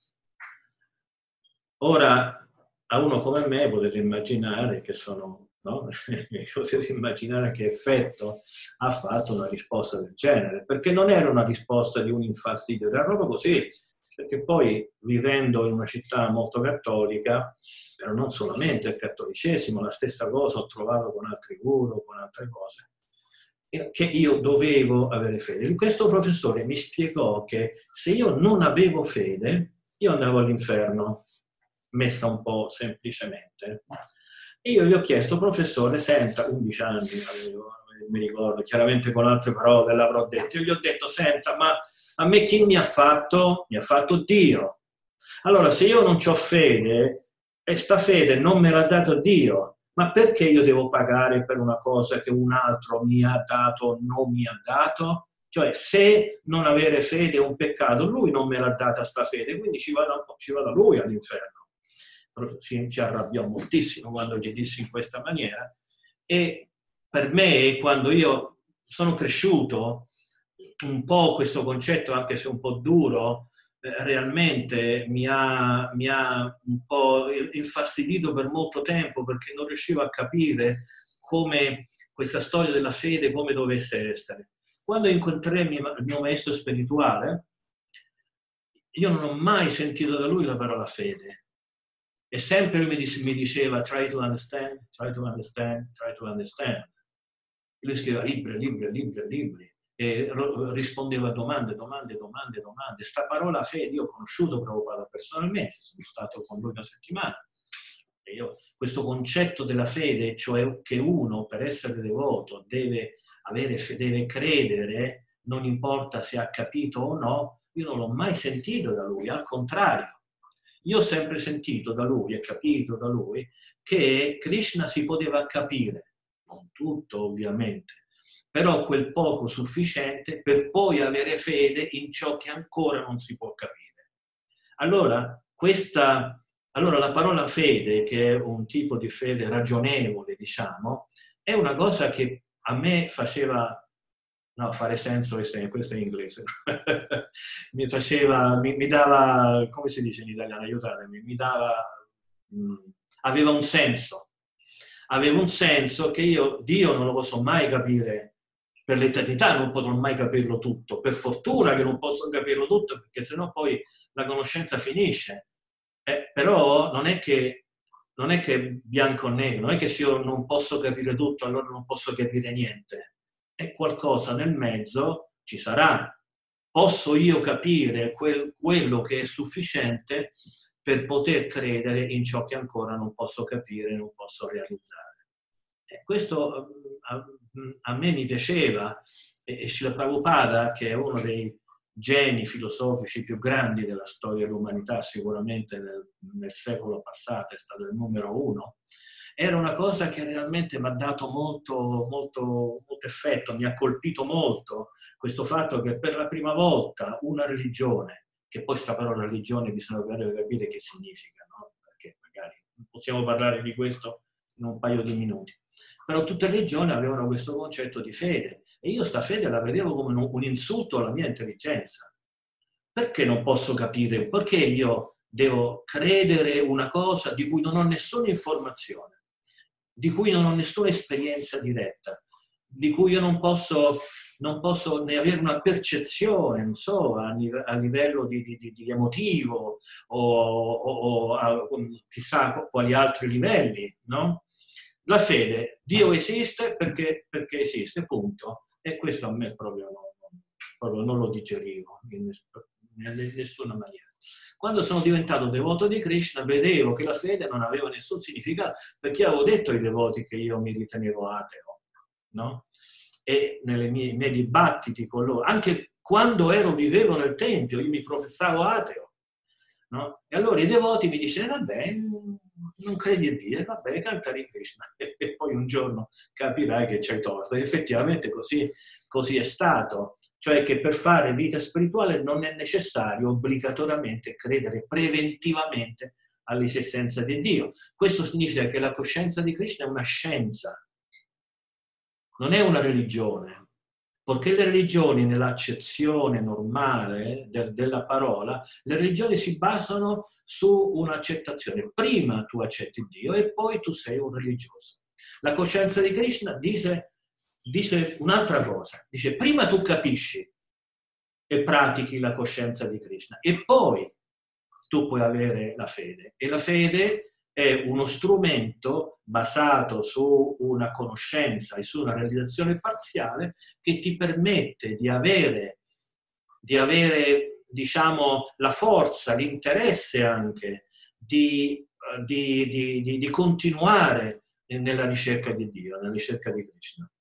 Speaker 3: Ora, a uno come me potete immaginare che sono, no? Potete immaginare che effetto ha fatto una risposta del genere, perché non era una risposta di un infastidio, era proprio così. Perché poi, vivendo in una città molto cattolica, però non solamente il cattolicesimo, la stessa cosa ho trovato con altri guru, con altre cose, che io dovevo avere fede. Questo professore mi spiegò che se io non avevo fede, io andavo all'inferno, messa un po' semplicemente. E io gli ho chiesto: professore, senta, undici anni avevo, mi ricordo, chiaramente con altre parole l'avrò detto. Io gli ho detto, senta, ma a me chi mi ha fatto? Mi ha fatto Dio. Allora, se io non ho fede, e sta fede non me l'ha dato Dio, ma perché io devo pagare per una cosa che un altro mi ha dato o non mi ha dato? Cioè, se non avere fede è un peccato, lui non me l'ha data sta fede, quindi ci vada, ci vada lui all'inferno. Si, si arrabbiò moltissimo quando gli dissi in questa maniera. E per me, quando io sono cresciuto, un po' questo concetto, anche se un po' duro, eh, realmente mi ha, mi ha un po' infastidito per molto tempo, perché non riuscivo a capire come questa storia della fede, come dovesse essere. Quando incontrai il mio, il mio maestro spirituale, io non ho mai sentito da lui la parola fede. E sempre lui mi diceva try to understand, try to understand, try to understand. E lui scriveva libri, libri, libri, libri. E rispondeva a domande, domande, domande, domande. Sta parola fede, io ho conosciuto Prabhupada personalmente, sono stato con lui una settimana. E io, questo concetto della fede, cioè che uno per essere devoto deve, avere, deve credere, non importa se ha capito o no, io non l'ho mai sentito da lui, al contrario. Io ho sempre sentito da lui e capito da lui che Krishna si poteva capire, non tutto ovviamente, però quel poco sufficiente per poi avere fede in ciò che ancora non si può capire. Allora, questa, allora la parola fede, che è un tipo di fede ragionevole, diciamo, è una cosa che a me faceva... No, fare senso, questo è in inglese. mi faceva, mi, mi dava, come si dice in italiano, aiutatemi, mi dava, mh, aveva un senso. Aveva un senso che io, Dio non lo posso mai capire per l'eternità, non potrò mai capirlo tutto. Per fortuna che non posso capirlo tutto, perché sennò poi la conoscenza finisce. Eh, però non è che non è che bianco o nero, non è che se io non posso capire tutto, allora non posso capire niente. E qualcosa nel mezzo ci sarà. Posso io capire quel, quello che è sufficiente per poter credere in ciò che ancora non posso capire, non posso realizzare. E questo a, a me mi piaceva, e, e Srila Prabhupada, che è uno dei geni filosofici più grandi della storia dell'umanità, sicuramente nel, nel secolo passato è stato il numero uno, era una cosa che realmente mi ha dato molto, molto, molto effetto, mi ha colpito molto questo fatto che per la prima volta una religione, che poi sta parola religione bisogna capire che significa, no? Perché magari possiamo parlare di questo in un paio di minuti, però tutte le religioni avevano questo concetto di fede e io sta fede la vedevo come un, un insulto alla mia intelligenza. Perché non posso capire? Perché io devo credere una cosa di cui non ho nessuna informazione, di cui non ho nessuna esperienza diretta, di cui io non posso, non posso ne avere una percezione, non so, a, a livello di, di, di emotivo o, o, o a chissà quali altri livelli, no? La fede, Dio esiste perché, perché esiste, punto. E questo a me proprio non, proprio non lo digerivo in nessuna maniera. Quando sono diventato devoto di Krishna vedevo che la fede non aveva nessun significato, perché avevo detto ai devoti che io mi ritenevo ateo, no? E nei miei, miei dibattiti con loro, anche quando ero, vivevo nel Tempio, io mi professavo ateo, no? E allora i devoti mi dicevano, vabbè, non credi a Dio, vabbè, canta di Krishna, e poi un giorno capirai che c'hai torto. E effettivamente così, così è stato. Cioè che per fare vita spirituale non è necessario obbligatoriamente credere preventivamente all'esistenza di Dio. Questo significa che la coscienza di Krishna è una scienza, non è una religione. Perché le religioni, nell'accezione normale de- della parola, le religioni si basano su un'accettazione. Prima tu accetti Dio e poi tu sei un religioso. La coscienza di Krishna dice... dice un'altra cosa, dice prima tu capisci e pratichi la coscienza di Krishna e poi tu puoi avere la fede e la fede è uno strumento basato su una conoscenza e su una realizzazione parziale che ti permette di avere, di avere diciamo la forza, l'interesse anche di, di, di, di, di continuare nella ricerca di Dio, nella ricerca di Krishna.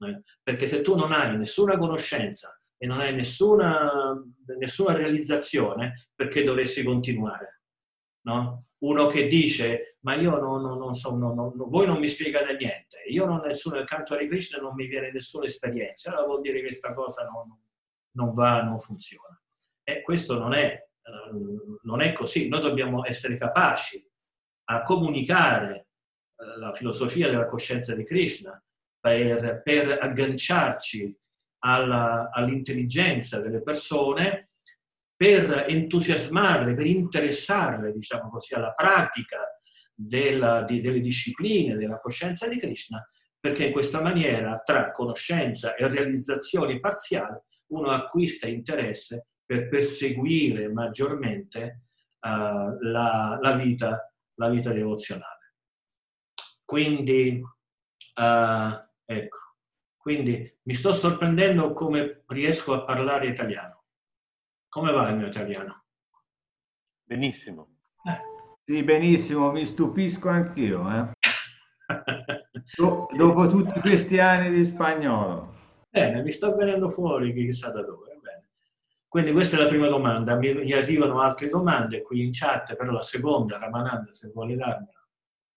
Speaker 3: Eh? Perché se tu non hai nessuna conoscenza e non hai nessuna, nessuna realizzazione, perché dovresti continuare? No? Uno che dice, ma io non, non, non so, non, non, voi non mi spiegate niente, io non nessuno, accanto a Hare Krishna non mi viene nessuna esperienza, allora vuol dire che questa cosa non, non va, non funziona. E questo non è, non è così. Noi dobbiamo essere capaci a comunicare la filosofia della coscienza di Krishna per, per agganciarci alla, all'intelligenza delle persone, per entusiasmarle, per interessarle, diciamo così, alla pratica della, di, delle discipline della coscienza di Krishna, perché in questa maniera, tra conoscenza e realizzazioni parziali, uno acquista interesse per perseguire maggiormente uh, la, la, vita, la vita devozionale. Quindi, uh, ecco, quindi mi sto sorprendendo come riesco a parlare italiano. Come va il mio italiano?
Speaker 5: Benissimo.
Speaker 3: Eh.
Speaker 2: Sì, benissimo, mi stupisco anch'io. Eh? Do, dopo tutti questi anni di spagnolo.
Speaker 3: Bene, mi sta venendo fuori chissà da dove. Bene. Quindi questa è la prima domanda. Mi, mi arrivano altre domande qui in chat, però la seconda, Ramananda, se vuole darmela.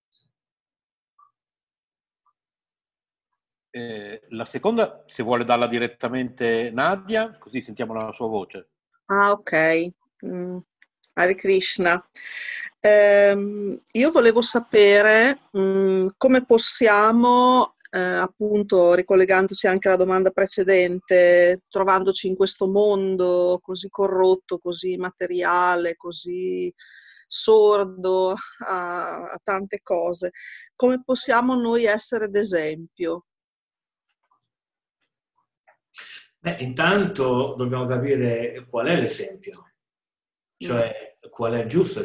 Speaker 5: Eh, la seconda, se vuole darla direttamente Nadia, così sentiamo la sua voce.
Speaker 4: Ah, ok. Mm. Hare Krishna. Eh, io volevo sapere mh, come possiamo, eh, appunto, ricollegandoci anche alla domanda precedente, trovandoci in questo mondo così corrotto, così materiale, così sordo a, a tante cose, come possiamo noi essere d'esempio?
Speaker 3: Beh, intanto dobbiamo capire qual è l'esempio, cioè qual è il giusto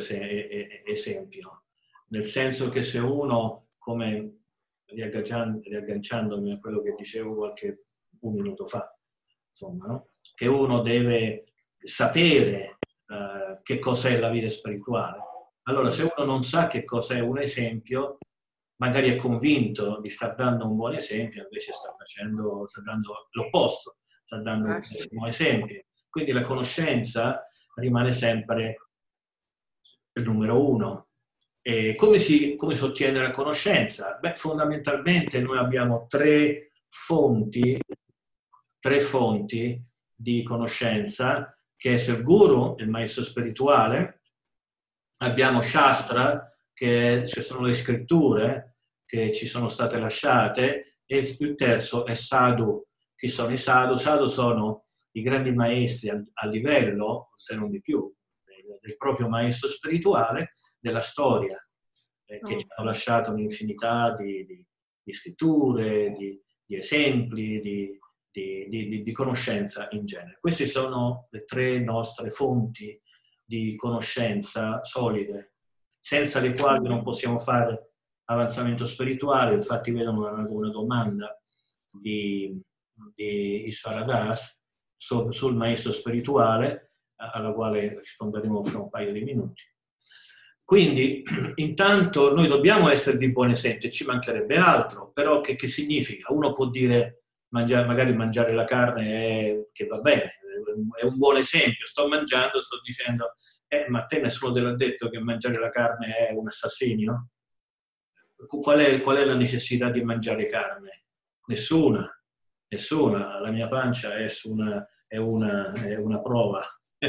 Speaker 3: esempio, nel senso che se uno, come riagganciandomi a quello che dicevo qualche un minuto fa, insomma, no? Che uno deve sapere uh, che cos'è la vita spirituale. Allora, se uno non sa che cos'è un esempio, magari è convinto di star dando un buon esempio, invece sta facendo, sta dando l'opposto. Sta dando un buon esempio. Quindi la conoscenza rimane sempre il numero uno. E come si, come si ottiene la conoscenza? Beh, fondamentalmente noi abbiamo tre fonti, tre fonti di conoscenza, che è il Guru, il maestro spirituale, abbiamo Shastra, che ci sono le scritture che ci sono state lasciate, e il terzo è Sadhu. Chi sono i sadhu? Sadhu sono i grandi maestri a, a livello, se non di più, del, del proprio maestro spirituale, della storia, eh, che oh. ci hanno lasciato un'infinità di, di, di scritture, di, di esempi, di, di, di, di conoscenza in genere. Queste sono le tre nostre fonti di conoscenza solide, senza le quali non possiamo fare avanzamento spirituale. Infatti vedo una, una domanda di... di Ishvara Das sul, sul maestro spirituale, alla quale risponderemo fra un paio di minuti. Quindi, intanto, noi dobbiamo essere di buon esempio, ci mancherebbe altro, però che, che significa? Uno può dire, mangiare, magari mangiare la carne è, che va bene, è un buon esempio, sto mangiando, sto dicendo, eh, ma a te nessuno te l'ha detto che mangiare la carne è un assassinio? Qual è, qual è la necessità di mangiare carne? Nessuna. Nessuna, la mia pancia è una, è una, è una prova.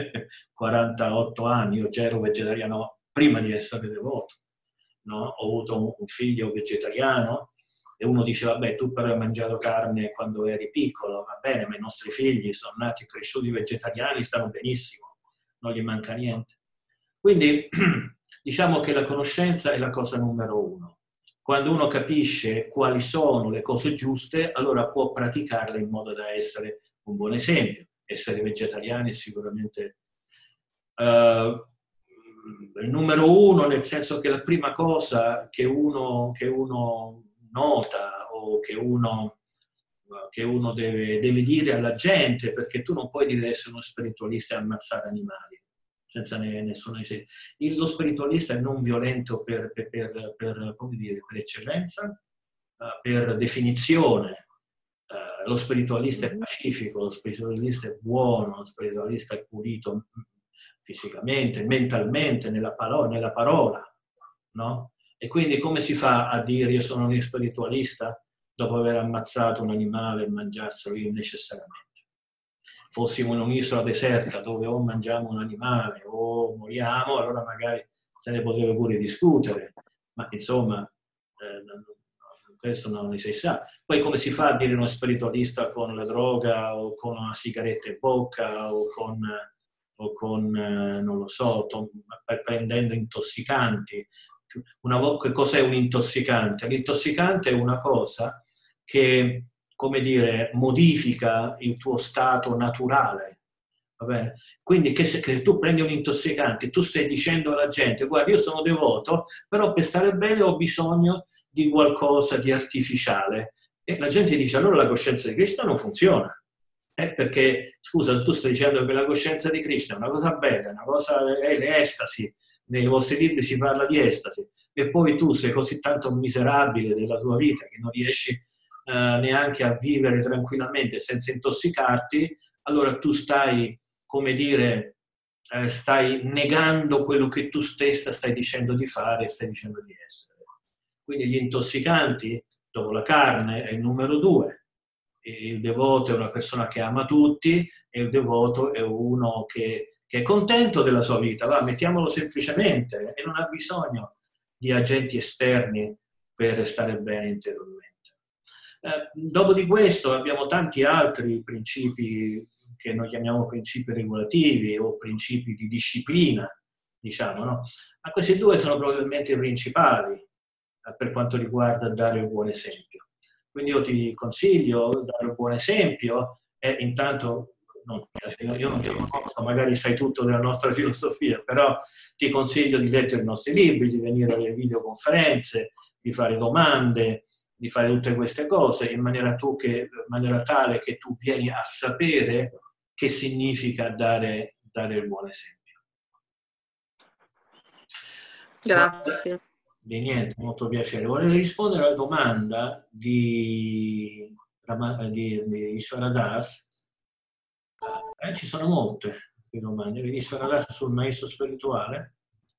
Speaker 3: quarantotto anni, io già ero vegetariano prima di essere devoto, no? Ho avuto un, un figlio vegetariano e uno dice, vabbè, tu però hai mangiato carne quando eri piccolo, va bene, ma i nostri figli sono nati e cresciuti vegetariani, stanno benissimo, non gli manca niente. Quindi diciamo che la conoscenza è la cosa numero uno. Quando uno capisce quali sono le cose giuste, allora può praticarle in modo da essere un buon esempio. Essere vegetariani è sicuramente uh, il numero uno, nel senso che la prima cosa che uno, che uno nota o che uno, che uno deve, deve dire alla gente, perché tu non puoi dire di essere uno spiritualista e ammazzare animali, senza nessuna esempio. Lo spiritualista è non violento per, per, per, per, come dire, per eccellenza, uh, per definizione, uh, lo spiritualista è pacifico, lo spiritualista è buono, lo spiritualista è pulito fisicamente, mentalmente, nella parola, nella parola, no? E quindi come si fa a dire io sono uno spiritualista dopo aver ammazzato un animale e mangiarselo io necessariamente? Fossimo in un'isola deserta dove o mangiamo un animale o moriamo, allora magari se ne potrebbe pure discutere, ma insomma eh, questo non ne si sa. Poi come si fa a dire uno spiritualista con la droga o con una sigaretta in bocca o con, o con eh, non lo so, to- prendendo intossicanti? Una vo- che cos'è un intossicante? L'intossicante è una cosa che, come dire, modifica il tuo stato naturale. Va bene? Quindi che se che tu prendi un intossicante, tu stai dicendo alla gente, guarda, io sono devoto, però per stare bene ho bisogno di qualcosa di artificiale. E la gente dice, allora la coscienza di Krishna non funziona. Eh, perché, scusa, tu stai dicendo che la coscienza di Krishna è una cosa bella, una cosa, è l'estasi, nei vostri libri si parla di estasi, e poi tu sei così tanto miserabile della tua vita che non riesci eh, neanche a vivere tranquillamente senza intossicarti, allora tu stai, come dire, eh, stai negando quello che tu stessa stai dicendo di fare e stai dicendo di essere. Quindi gli intossicanti, dopo la carne, è il numero due. Il devoto è una persona che ama tutti e il devoto è uno che, che è contento della sua vita, va, mettiamolo semplicemente, e non ha bisogno di agenti esterni per stare bene interiormente. Eh, dopo di questo abbiamo tanti altri principi che noi chiamiamo principi regolativi o principi di disciplina, diciamo, no? Ma questi due sono probabilmente i principali eh, per quanto riguarda dare il buon esempio. Quindi io ti consiglio di dare il buon esempio e intanto, non, io non ti conosco, magari sai tutto della nostra filosofia, però ti consiglio di leggere i nostri libri, di venire alle videoconferenze, di fare domande, di fare tutte queste cose in maniera, tu che, in maniera tale che tu vieni a sapere che significa dare, dare il buon esempio.
Speaker 4: Grazie.
Speaker 3: Di niente, molto piacere. Vorrei rispondere alla domanda di, di, di Ishvara Das. Eh, ci sono molte domande. Di Ishvara Das sul maestro spirituale.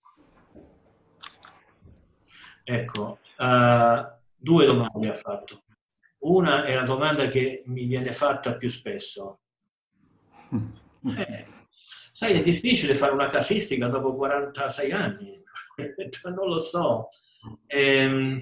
Speaker 3: Ecco, uh, due domande ha fatto. Una è la domanda che mi viene fatta più spesso. Eh, sai, è difficile fare una casistica dopo quarantasei anni. Non lo so. Ehm,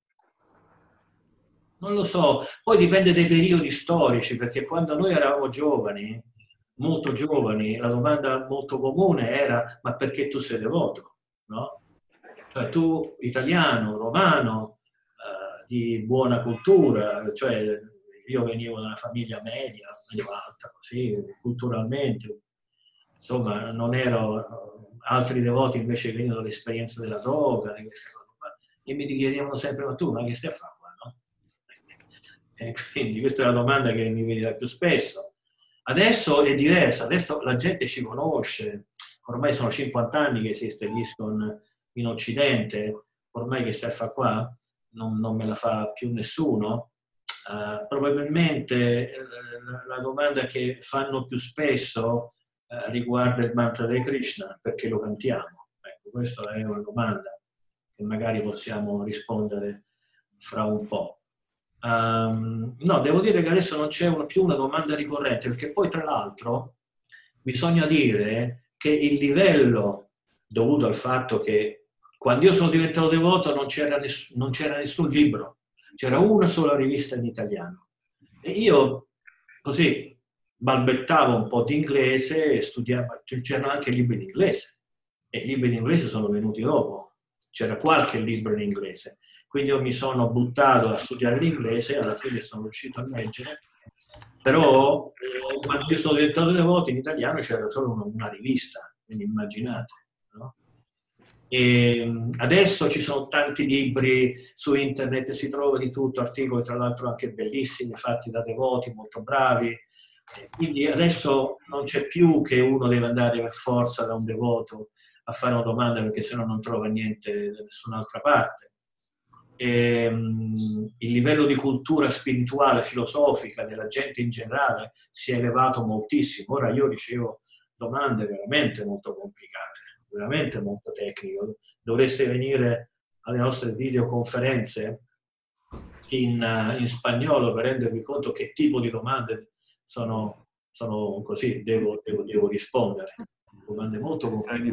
Speaker 3: non lo so. Poi dipende dai periodi storici, perché quando noi eravamo giovani, molto giovani, la domanda molto comune era: ma perché tu sei devoto? No? Cioè tu, italiano, romano, eh, di buona cultura, cioè io venivo da una famiglia media, medio alta, così, culturalmente, insomma, non ero... Altri devoti invece venivano dall'esperienza della droga, di queste cose qua, e mi chiedevano sempre: ma tu, ma che stai a fare qua? No? E quindi questa è la domanda che mi veniva più spesso. Adesso è diversa, adesso la gente ci conosce, ormai sono cinquanta anni che esiste l'ISKCON in Occidente, ormai che stai a fare qua non, non me la fa più nessuno. Uh, probabilmente la, la domanda che fanno più spesso Uh, riguarda il mantra di Krishna, perché lo cantiamo. Ecco, questa è una domanda che magari possiamo rispondere fra un po'. Um, no, devo dire che adesso non c'è una, più una domanda ricorrente, perché poi tra l'altro bisogna dire che il livello, dovuto al fatto che quando io sono diventato devoto non c'era, ness- non c'era nessun libro, c'era una sola rivista in italiano. E io così balbettavo un po' di inglese e studiavo, c'erano anche libri in inglese, e i libri in inglese sono venuti dopo, c'era qualche libro in inglese, quindi io mi sono buttato a studiare l'inglese, alla fine sono riuscito a leggere, però eh, quando io sono diventato devoto in italiano c'era solo una, una rivista, quindi immaginate, no? E adesso ci sono tanti libri su internet, si trova di tutto, articoli tra l'altro anche bellissimi, fatti da devoti molto bravi. Quindi adesso non c'è più che uno deve andare per forza da un devoto a fare una domanda, perché sennò non trova niente da nessun'altra parte. e, um, il livello di cultura spirituale, filosofica della gente in generale si è elevato moltissimo. Ora io ricevo domande veramente molto complicate, veramente molto tecniche. Dovreste venire alle nostre videoconferenze in, uh, in spagnolo per rendervi conto che tipo di domande sono, sono così, devo, devo, devo rispondere. Domande molto complicate.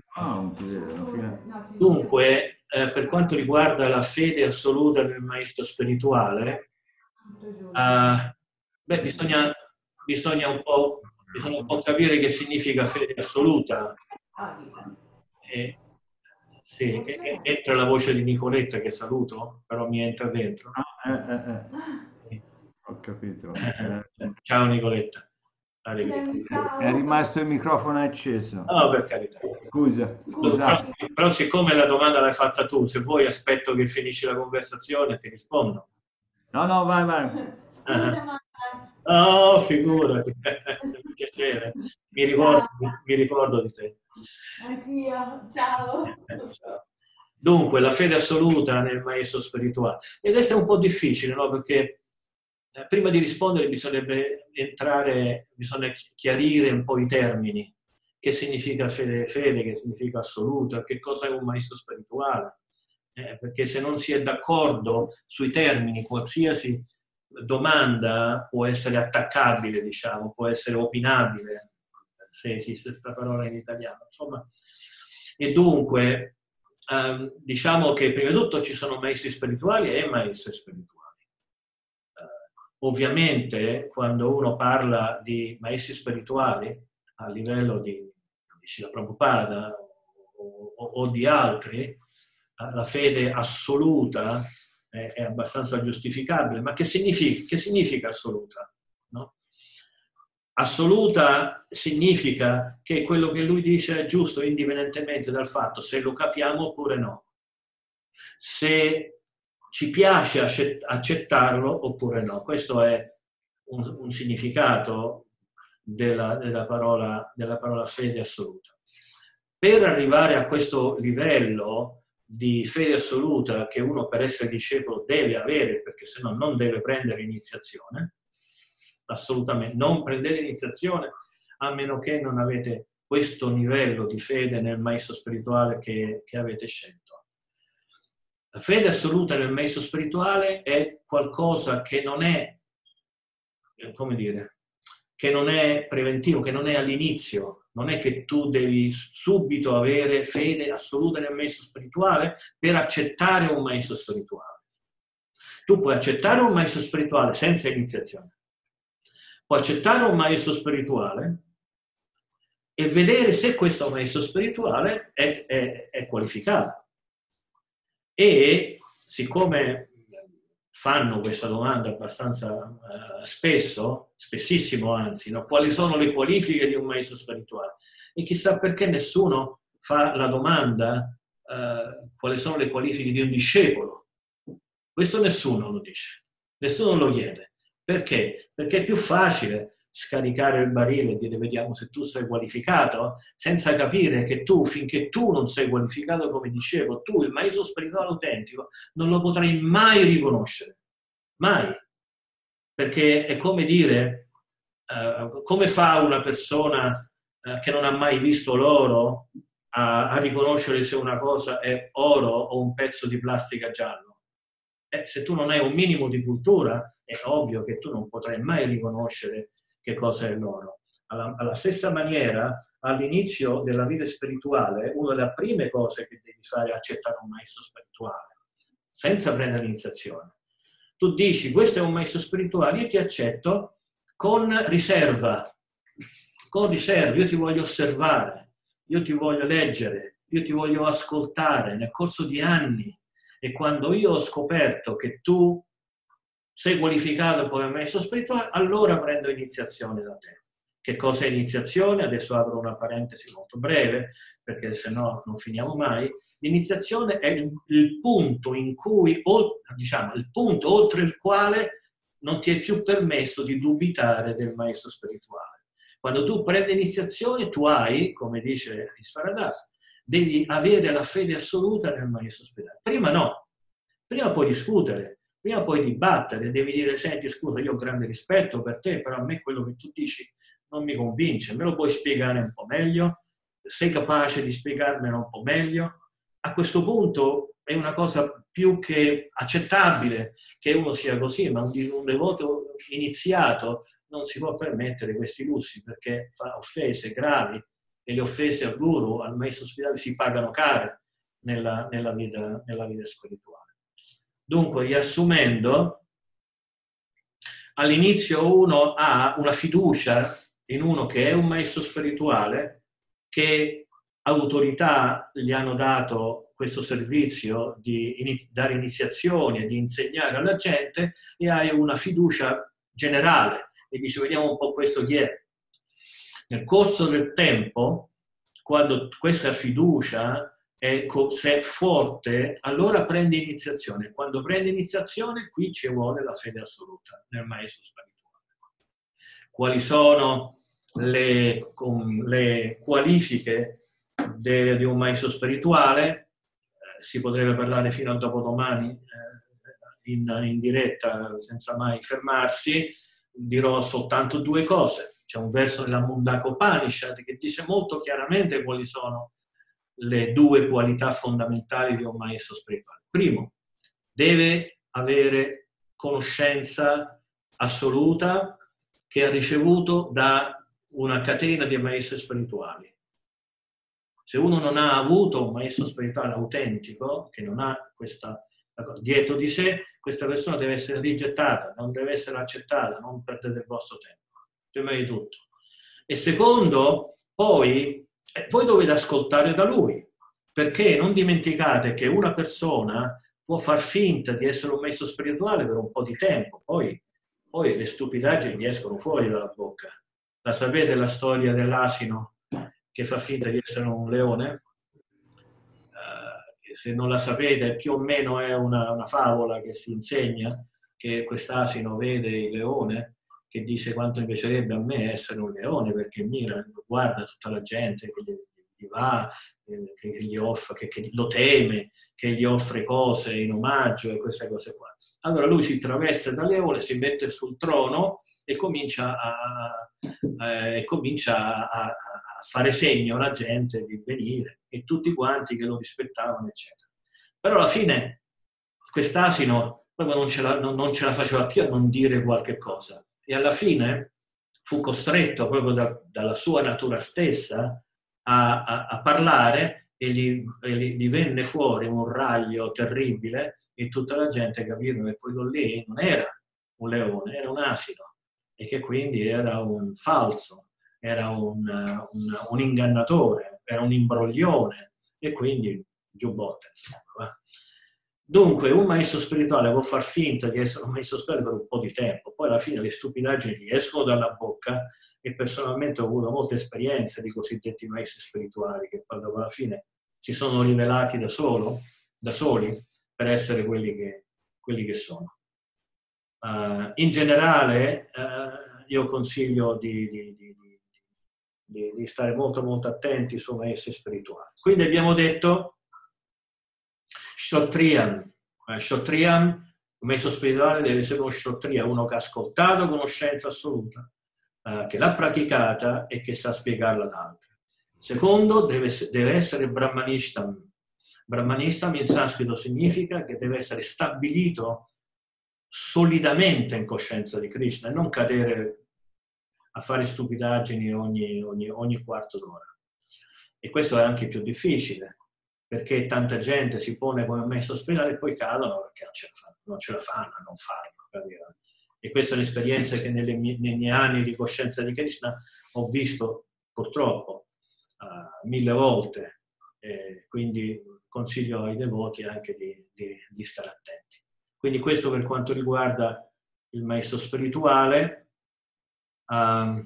Speaker 3: Dunque, eh, per quanto riguarda la fede assoluta del maestro spirituale, eh, beh, bisogna, bisogna, un po', bisogna un po' capire che significa fede assoluta. E, sì, entra la voce di Nicoletta che saluto, però mi entra dentro.
Speaker 2: Ah, eh, eh, eh. Ho capito.
Speaker 3: Ciao Nicoletta.
Speaker 2: È rimasto il microfono acceso.
Speaker 3: No, per carità.
Speaker 2: Scusa, scusa.
Speaker 3: Però, però siccome la domanda l'hai fatta tu, se vuoi aspetto che finisci la conversazione e ti rispondo.
Speaker 2: No, no, vai, vai.
Speaker 3: Uh-huh. Oh, figurati. Mi piacere. Mi ricordo, mi ricordo di te.
Speaker 6: Anch'io. Ciao.
Speaker 3: Ciao. Dunque, la fede assoluta nel maestro spirituale. E questo è un po' difficile, no? Perché prima di rispondere bisognerebbe entrare, bisogna chiarire un po' i termini. Che significa fede, fede, che significa assoluta, che cosa è un maestro spirituale. Eh, perché se non si è d'accordo sui termini, qualsiasi domanda può essere attaccabile, diciamo, può essere opinabile, se esiste questa parola in italiano. Insomma, e dunque, ehm, diciamo che prima di tutto ci sono maestri spirituali e maestri spirituali. Ovviamente, quando uno parla di maestri spirituali a livello di, di Srila Prabhupada o, o, o di altri, la fede assoluta è, è abbastanza giustificabile. Ma che significa, che significa assoluta? No? Assoluta significa che quello che lui dice è giusto indipendentemente dal fatto se lo capiamo oppure no. Se ci piace accettarlo oppure no. Questo è un, un significato della, della, parola, della parola fede assoluta. Per arrivare a questo livello di fede assoluta che uno per essere discepolo deve avere, perché se no non deve prendere iniziazione, assolutamente non prendete iniziazione a meno che non avete questo livello di fede nel maestro spirituale che, che avete scelto. La fede assoluta nel maestro spirituale è qualcosa che non è, come dire, che non è preventivo, che non è all'inizio. Non è che tu devi subito avere fede assoluta nel maestro spirituale per accettare un maestro spirituale. Tu puoi accettare un maestro spirituale senza iniziazione. Puoi accettare un maestro spirituale e vedere se questo maestro spirituale è, è, è qualificato. E siccome fanno questa domanda abbastanza uh, spesso, spessissimo anzi, no? Quali sono le qualifiche di un maestro spirituale? E chissà perché nessuno fa la domanda uh, quali sono le qualifiche di un discepolo. Questo nessuno lo dice, nessuno lo chiede. Perché? Perché è più facile scaricare il barile e dire vediamo se tu sei qualificato, senza capire che tu, finché tu non sei qualificato come discepolo, tu il maestro spirituale autentico non lo potrai mai riconoscere, mai, perché è come dire, uh, come fa una persona uh, che non ha mai visto l'oro a, a riconoscere se una cosa è oro o un pezzo di plastica giallo? Eh, se tu non hai un minimo di cultura è ovvio che tu non potrai mai riconoscere che cosa è l'oro. Alla, alla stessa maniera, all'inizio della vita spirituale, una delle prime cose che devi fare è accettare un maestro spirituale, senza prendere l'iniziazione. Tu dici, questo è un maestro spirituale, io ti accetto con riserva, con riserva, io ti voglio osservare, io ti voglio leggere, io ti voglio ascoltare nel corso di anni. E quando io ho scoperto che tu sei qualificato come maestro spirituale, allora prendo iniziazione da te. Che cosa è iniziazione? Adesso apro una parentesi molto breve, perché se no non finiamo mai. L'iniziazione è il, il punto in cui, diciamo, il punto oltre il quale non ti è più permesso di dubitare del maestro spirituale. Quando tu prendi iniziazione, tu hai, come dice Ishvara Das, devi avere la fede assoluta nel maestro spirituale. Prima no. prima puoi discutere, prima puoi dibattere, devi dire, senti, scusa, io ho grande rispetto per te, però a me quello che tu dici non mi convince, me lo puoi spiegare un po' meglio? Sei capace di spiegarmelo un po' meglio? A questo punto è una cosa più che accettabile che uno sia così, ma un, un devoto iniziato non si può permettere questi lussi, perché fa offese gravi, e le offese al guru, al maestro spirituale, si pagano care nella, nella, vita, nella vita spirituale. Dunque, riassumendo, all'inizio uno ha una fiducia in uno che è un maestro spirituale, che autorità gli hanno dato questo servizio di iniz- dare iniziazioni e di insegnare alla gente, e hai una fiducia generale e dice, vediamo un po' questo chi è. Nel corso del tempo, quando questa fiducia è, se è forte, allora prende iniziazione. Quando prende iniziazione, qui ci vuole la fede assoluta nel maestro spirituale. Quali sono le, le qualifiche de, di un maestro spirituale? Eh, si potrebbe parlare fino a dopodomani eh, in, in diretta senza mai fermarsi. Dirò soltanto due cose. C'è un verso nella Mundaka Upanishad che dice molto chiaramente quali sono le due qualità fondamentali di un maestro spirituale. Primo, deve avere conoscenza assoluta che ha ricevuto da una catena di maestri spirituali. Se uno non ha avuto un maestro spirituale autentico, che non ha questa dietro di sé, questa persona deve essere rigettata, non deve essere accettata, non perdete il vostro tempo. Prima di tutto. E secondo, poi, eh, voi dovete ascoltare da lui, perché non dimenticate che una persona può far finta di essere un maestro spirituale per un po' di tempo, poi, poi le stupidaggini gli escono fuori dalla bocca. La sapete la storia dell'asino che fa finta di essere un leone? Uh, se non la sapete, più o meno è una, una favola che si insegna, che quest'asino vede il leone, che dice quanto mi piacerebbe a me essere un leone, perché mira, guarda tutta la gente che gli, gli va, eh, che, gli offre, che, che lo teme, che gli offre cose in omaggio e queste cose qua. Allora lui si traveste da leone, si mette sul trono e comincia a, eh, e comincia a, a fare segno alla gente di venire, e tutti quanti che lo rispettavano, eccetera. Però alla fine quest'asino proprio non ce la, non, non ce la faceva più a non dire qualche cosa. E alla fine fu costretto proprio da, dalla sua natura stessa a, a, a parlare, e gli, e gli venne fuori un raglio terribile e tutta la gente capirono che quello lì non era un leone, era un asino, e che quindi era un falso, era un, un, un ingannatore, era un imbroglione, e quindi giubbotte, insomma. Dunque, un maestro spirituale può far finta di essere un maestro spirituale per un po' di tempo, poi alla fine le stupidaggini gli escono dalla bocca, e personalmente ho avuto molte esperienze di cosiddetti maestri spirituali che poi dopo alla fine si sono rivelati da, solo, da soli per essere quelli che, quelli che sono. Uh, in generale, uh, io consiglio di, di, di, di, di stare molto molto attenti sui maestri spirituali. Quindi abbiamo detto Kshotriyam. Kshotriyam, un maestro spirituale deve essere uno Kshotriya, uno che ha ascoltato conoscenza assoluta, eh, che l'ha praticata e che sa spiegarla ad altri. Secondo, deve, deve essere Brahmanishtam. Brahmanishtam in sanscrito significa che deve essere stabilito solidamente in coscienza di Krishna e non cadere a fare stupidaggini ogni, ogni, ogni quarto d'ora. E questo è anche più difficile, perché tanta gente si pone come maestro spirituale e poi cadono perché non ce la fanno, non ce la fanno a non farlo. Capito? E questa è un'esperienza che nelle mie, nei miei anni di coscienza di Krishna ho visto purtroppo uh, mille volte, e quindi consiglio ai devoti anche di, di, di stare attenti. Quindi questo per quanto riguarda il maestro spirituale. Um,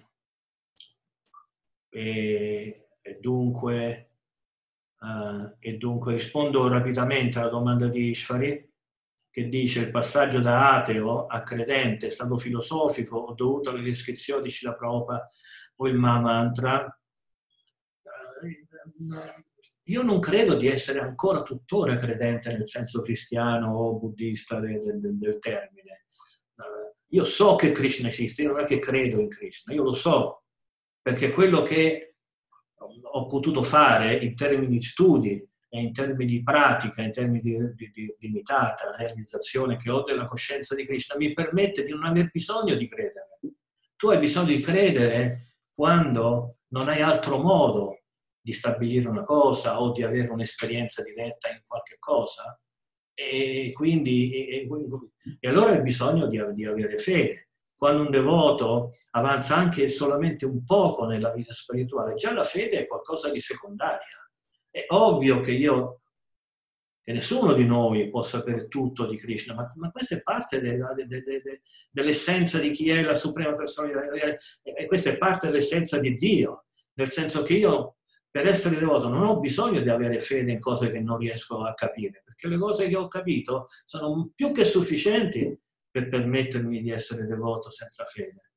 Speaker 3: e, e dunque Uh, e dunque rispondo rapidamente alla domanda di Ishvari, che dice: il passaggio da ateo a credente è stato filosofico o dovuto alle descrizioni di Srila Prabhupada o il Mahamantra? Uh, io non credo di essere ancora tuttora credente nel senso cristiano o buddista del, del, del termine. Io so che Krishna esiste, io non è che credo in Krishna, io lo so, perché quello che ho potuto fare in termini di studi e in termini di pratica, in termini di, di, di limitata realizzazione che ho della coscienza di Krishna, mi permette di non aver bisogno di credere. Tu hai bisogno di credere quando non hai altro modo di stabilire una cosa o di avere un'esperienza diretta in qualche cosa, e quindi e, e allora hai bisogno di, di avere fede. Quando un devoto avanza anche solamente un poco nella vita spirituale, già la fede è qualcosa di secondaria. È ovvio che io, che nessuno di noi può sapere tutto di Krishna, ma, ma questa è parte della, de, de, de, dell'essenza di chi è la suprema personalità, e questa è parte dell'essenza di Dio, nel senso che io per essere devoto non ho bisogno di avere fede in cose che non riesco a capire, perché le cose che ho capito sono più che sufficienti per permettermi di essere devoto senza fede.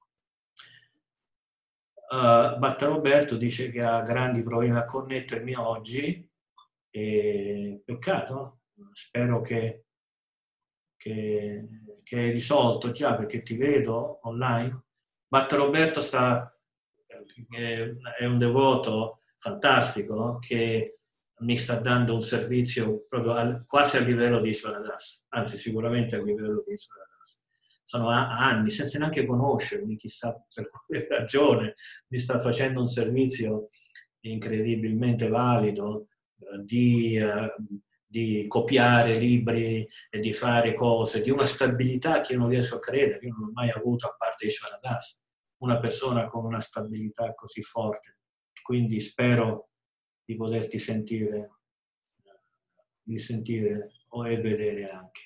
Speaker 3: Uh, Batta Roberto dice che ha grandi problemi a connettermi oggi, e peccato, spero che, che, che hai risolto già, perché ti vedo online. Batta Roberto sta, è un devoto fantastico che mi sta dando un servizio proprio al, quasi a livello di Ishvaradas, anzi sicuramente a livello di Ishvaradas. Sono anni, senza neanche conoscermi, chissà per quale ragione, mi sta facendo un servizio incredibilmente valido di, uh, di copiare libri e di fare cose, di una stabilità che io non riesco a credere, io non ho mai avuto, a parte Ishvaradas, una persona con una stabilità così forte. Quindi spero di poterti sentire, di sentire e vedere anche.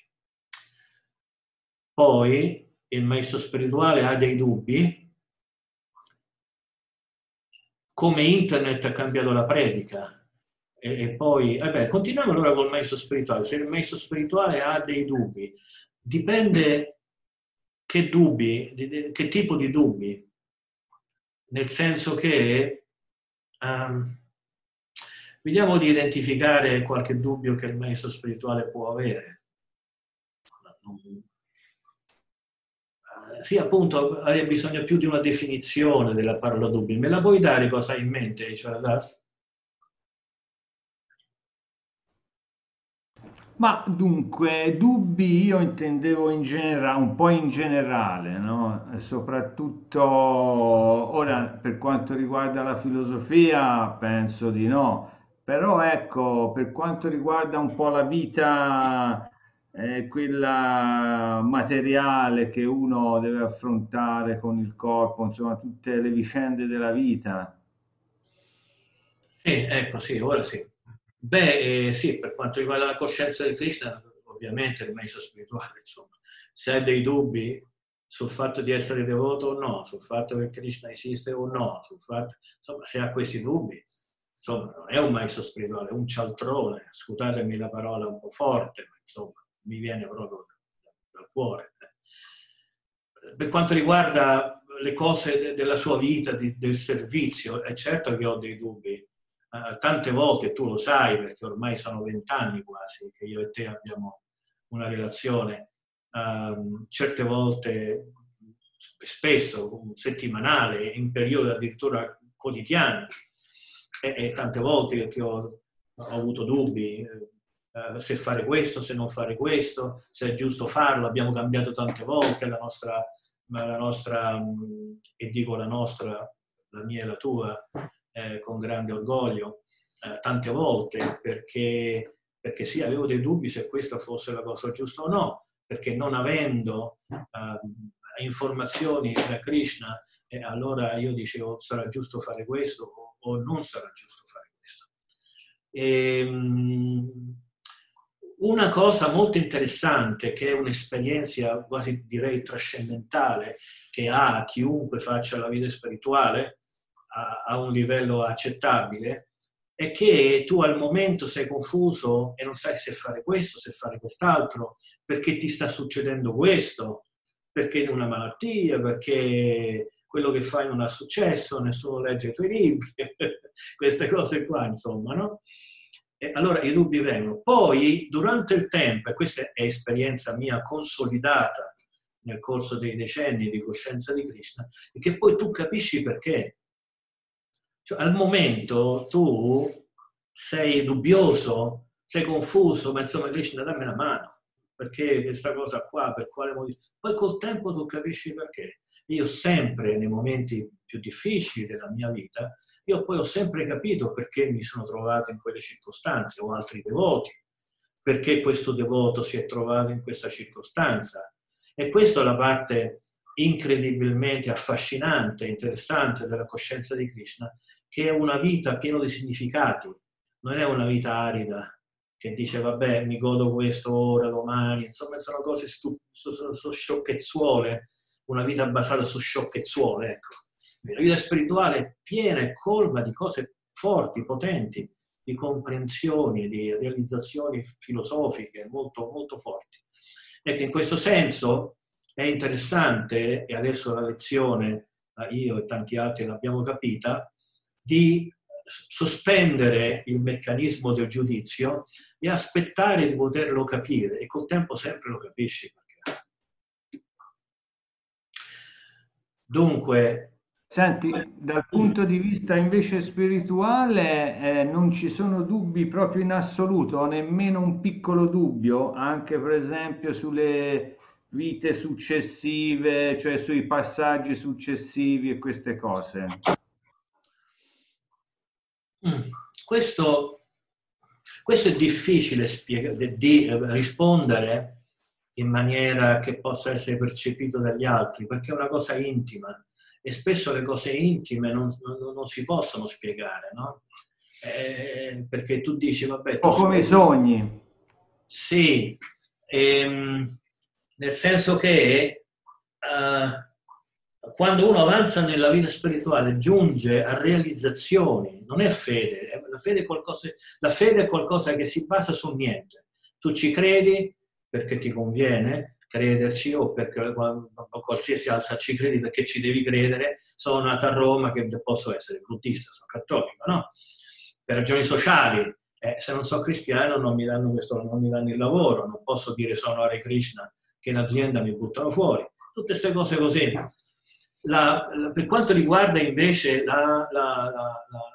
Speaker 3: Poi il maestro spirituale ha dei dubbi, come internet ha cambiato la predica. E, e poi, eh beh, continuiamo allora col maestro spirituale. Se il maestro spirituale ha dei dubbi, dipende che dubbi, che tipo di dubbi, nel senso che um, vediamo di identificare qualche dubbio che il maestro spirituale può avere. Sì, appunto, avrei bisogno più di una definizione della parola dubbi. Me la puoi dare cosa hai in mente, Ishvaradas?
Speaker 2: Ma dunque, dubbi io intendevo in generale, un po' in generale, no? E soprattutto ora per quanto riguarda la filosofia penso di no, però ecco, per quanto riguarda un po' la vita, eh, quella materiale che uno deve affrontare con il corpo, insomma, tutte le vicende della vita.
Speaker 3: Sì, ecco, sì, ora sì. Beh, eh, sì, per quanto riguarda la coscienza di Krishna, ovviamente il maestro spirituale, insomma, se hai dei dubbi sul fatto di essere devoto o no, sul fatto che Krishna esiste o no, sul fatto, insomma, se ha questi dubbi, insomma, non è un maestro spirituale, è un cialtrone, scusatemi la parola un po' forte, ma insomma, mi viene proprio dal cuore. Per quanto riguarda le cose de- della sua vita, di, del servizio, è certo che ho dei dubbi. Uh, tante volte, tu lo sai, perché ormai sono vent'anni quasi che io e te abbiamo una relazione, um, certe volte, spesso, settimanale, in periodi addirittura quotidiani, e, e tante volte che ho, ho avuto dubbi, uh, se fare questo, se non fare questo, se è giusto farlo. Abbiamo cambiato tante volte la nostra, la nostra um, e dico la nostra, la mia e la tua, Eh, con grande orgoglio, eh, tante volte, perché, perché sì, avevo dei dubbi se questa fosse la cosa giusta o no, perché non avendo eh, informazioni da Krishna, eh, allora io dicevo sarà giusto fare questo o, o non sarà giusto fare questo. E, um, una cosa molto interessante, che è un'esperienza quasi direi trascendentale, che ha chiunque faccia la vita spirituale a un livello accettabile, è che tu al momento sei confuso e non sai se fare questo, se fare quest'altro, perché ti sta succedendo questo, perché è una malattia, perché quello che fai non ha successo, nessuno legge i tuoi libri, queste cose qua, insomma, no? E allora i dubbi vengono. Poi, durante il tempo, e questa è esperienza mia consolidata nel corso dei decenni di coscienza di Krishna, è che poi tu capisci perché. Cioè, al momento tu sei dubbioso, sei confuso, ma insomma Krishna dammi la mano, perché questa cosa qua, per quale motivo? Poi col tempo tu capisci perché. Io sempre, nei momenti più difficili della mia vita, io poi ho sempre capito perché mi sono trovato in quelle circostanze, o altri devoti, perché questo devoto si è trovato in questa circostanza. E questa è la parte incredibilmente affascinante, interessante della coscienza di Krishna, che è una vita piena di significati, non è una vita arida, che dice vabbè mi godo questo ora, domani, insomma sono cose stu- so, so, so sciocchezzuole, una vita basata su sciocchezzuole, ecco. La vita spirituale è piena e colma di cose forti, potenti, di comprensioni, di realizzazioni filosofiche molto, molto forti. Ecco, in questo senso è interessante, e adesso la lezione, io e tanti altri l'abbiamo capita, di sospendere il meccanismo del giudizio e aspettare di poterlo capire, e col tempo sempre lo capisci. Perché. Dunque,
Speaker 2: senti, dal punto di vista invece spirituale eh, non ci sono dubbi proprio in assoluto, nemmeno un piccolo dubbio, anche per esempio sulle vite successive, cioè sui passaggi successivi e queste cose.
Speaker 3: Questo, questo è difficile spiegare, di rispondere in maniera che possa essere percepito dagli altri, perché è una cosa intima e spesso le cose intime non, non, non si possono spiegare, no? Eh, perché tu dici, vabbè... Tu
Speaker 2: o come i sogni.
Speaker 3: Sì, ehm, nel senso che uh, quando uno avanza nella vita spirituale giunge a realizzazioni, non è fede, la fede è qualcosa, la fede è qualcosa che si basa sul niente. Tu ci credi perché ti conviene crederci, o perché o qualsiasi altra ci credi perché ci devi credere. Sono nato a Roma, che posso essere buddista, sono cattolico, no? Per ragioni sociali, eh, se non sono cristiano non mi danno questo, non mi danno il lavoro, non posso dire sono Hare Krishna che in azienda mi buttano fuori, tutte queste cose così. La, la, per quanto riguarda invece la, la, la, la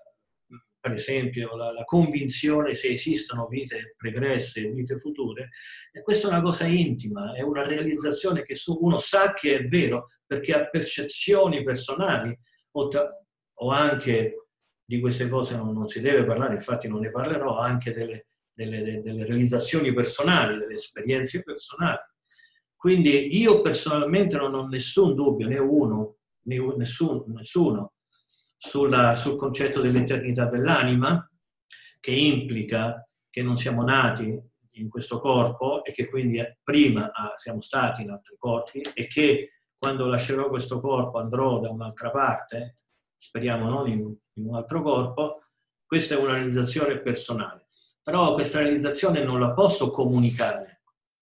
Speaker 3: per esempio la, la convinzione se esistono vite pregresse e vite future, e questa è una cosa intima, è una realizzazione che uno sa che è vero perché ha percezioni personali, o, tra, o anche di queste cose non, non si deve parlare, infatti non ne parlerò, anche delle, delle, delle realizzazioni personali, delle esperienze personali. Quindi io personalmente non ho nessun dubbio, né uno, né nessun, nessuno, sulla, sul concetto dell'eternità dell'anima, che implica che non siamo nati in questo corpo e che quindi prima ah, siamo stati in altri corpi, e che quando lascerò questo corpo andrò da un'altra parte, speriamo non in, in un altro corpo. Questa è una realizzazione personale, però questa realizzazione non la posso comunicare,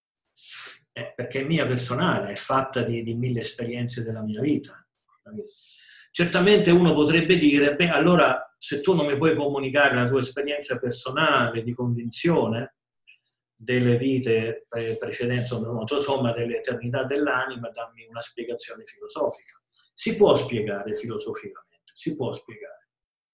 Speaker 3: eh, perché è mia personale, è fatta di, di mille esperienze della mia vita. Certamente uno potrebbe dire, beh, allora se tu non mi puoi comunicare la tua esperienza personale di convinzione delle vite precedenti, insomma dell'eternità dell'anima, dammi una spiegazione filosofica. Si può spiegare filosoficamente, si può spiegare.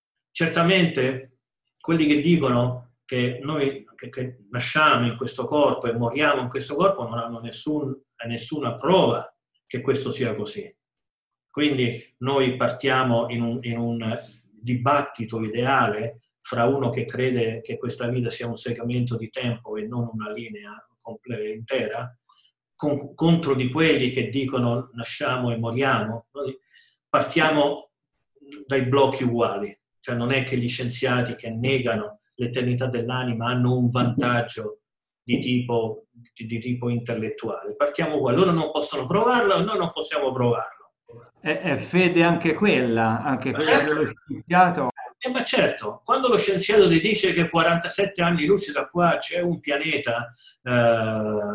Speaker 3: Certamente quelli che dicono che noi che, che nasciamo in questo corpo e moriamo in questo corpo non hanno nessun, nessuna prova che questo sia così. Quindi noi partiamo in un, in un dibattito ideale fra uno che crede che questa vita sia un segmento di tempo e non una linea completa intera, con, contro di quelli che dicono nasciamo e moriamo. Noi partiamo dai blocchi uguali, cioè non è che gli scienziati che negano l'eternità dell'anima hanno un vantaggio di tipo, di, di tipo intellettuale. Partiamo qua, loro non possono provarlo e noi non possiamo provarlo.
Speaker 2: È, è fede anche quella, anche quella dello scienziato.
Speaker 3: Eh, ma certo, quando lo scienziato ti dice che quarantasette anni luce da qua c'è un pianeta eh,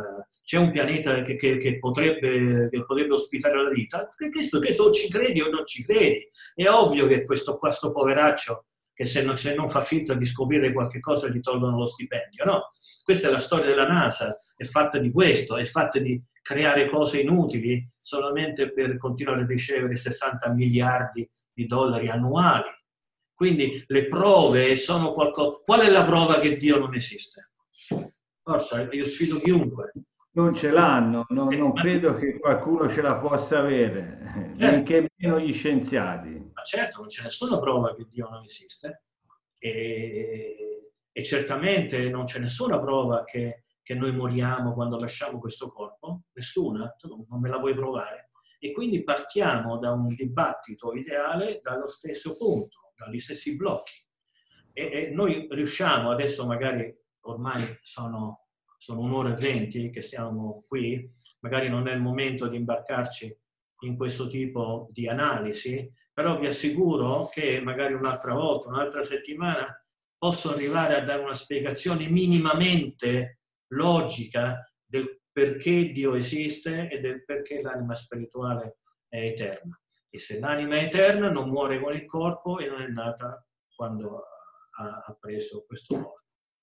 Speaker 3: c'è un pianeta che, che, che, potrebbe, che potrebbe ospitare la vita, che, questo, che o ci credi o non ci credi. È ovvio che questo, questo poveraccio, che se non, se non fa finta di scoprire qualche cosa gli tolgono lo stipendio, no? Questa è la storia della NASA, è fatta di questo, è fatta di creare cose inutili solamente per continuare a ricevere sessanta miliardi di dollari annuali. Quindi le prove sono qualcosa... Qual è la prova che Dio non esiste? Forza, io sfido chiunque.
Speaker 2: Non ce l'hanno, non, non credo che qualcuno ce la possa avere, neanche meno gli scienziati.
Speaker 3: Ma certo, non c'è nessuna prova che Dio non esiste e, e certamente non c'è nessuna prova che, che noi moriamo quando lasciamo questo corpo, nessuna, tu non me la puoi provare. E quindi partiamo da un dibattito ideale dallo stesso punto, dagli stessi blocchi. E, e noi riusciamo, adesso magari ormai sono... sono un'ora e venti che siamo qui, magari non è il momento di imbarcarci in questo tipo di analisi, però vi assicuro che magari un'altra volta, un'altra settimana, posso arrivare a dare una spiegazione minimamente logica del perché Dio esiste e del perché l'anima spirituale è eterna. E se l'anima è eterna non muore con il corpo e non è nata quando ha, ha preso questo corpo.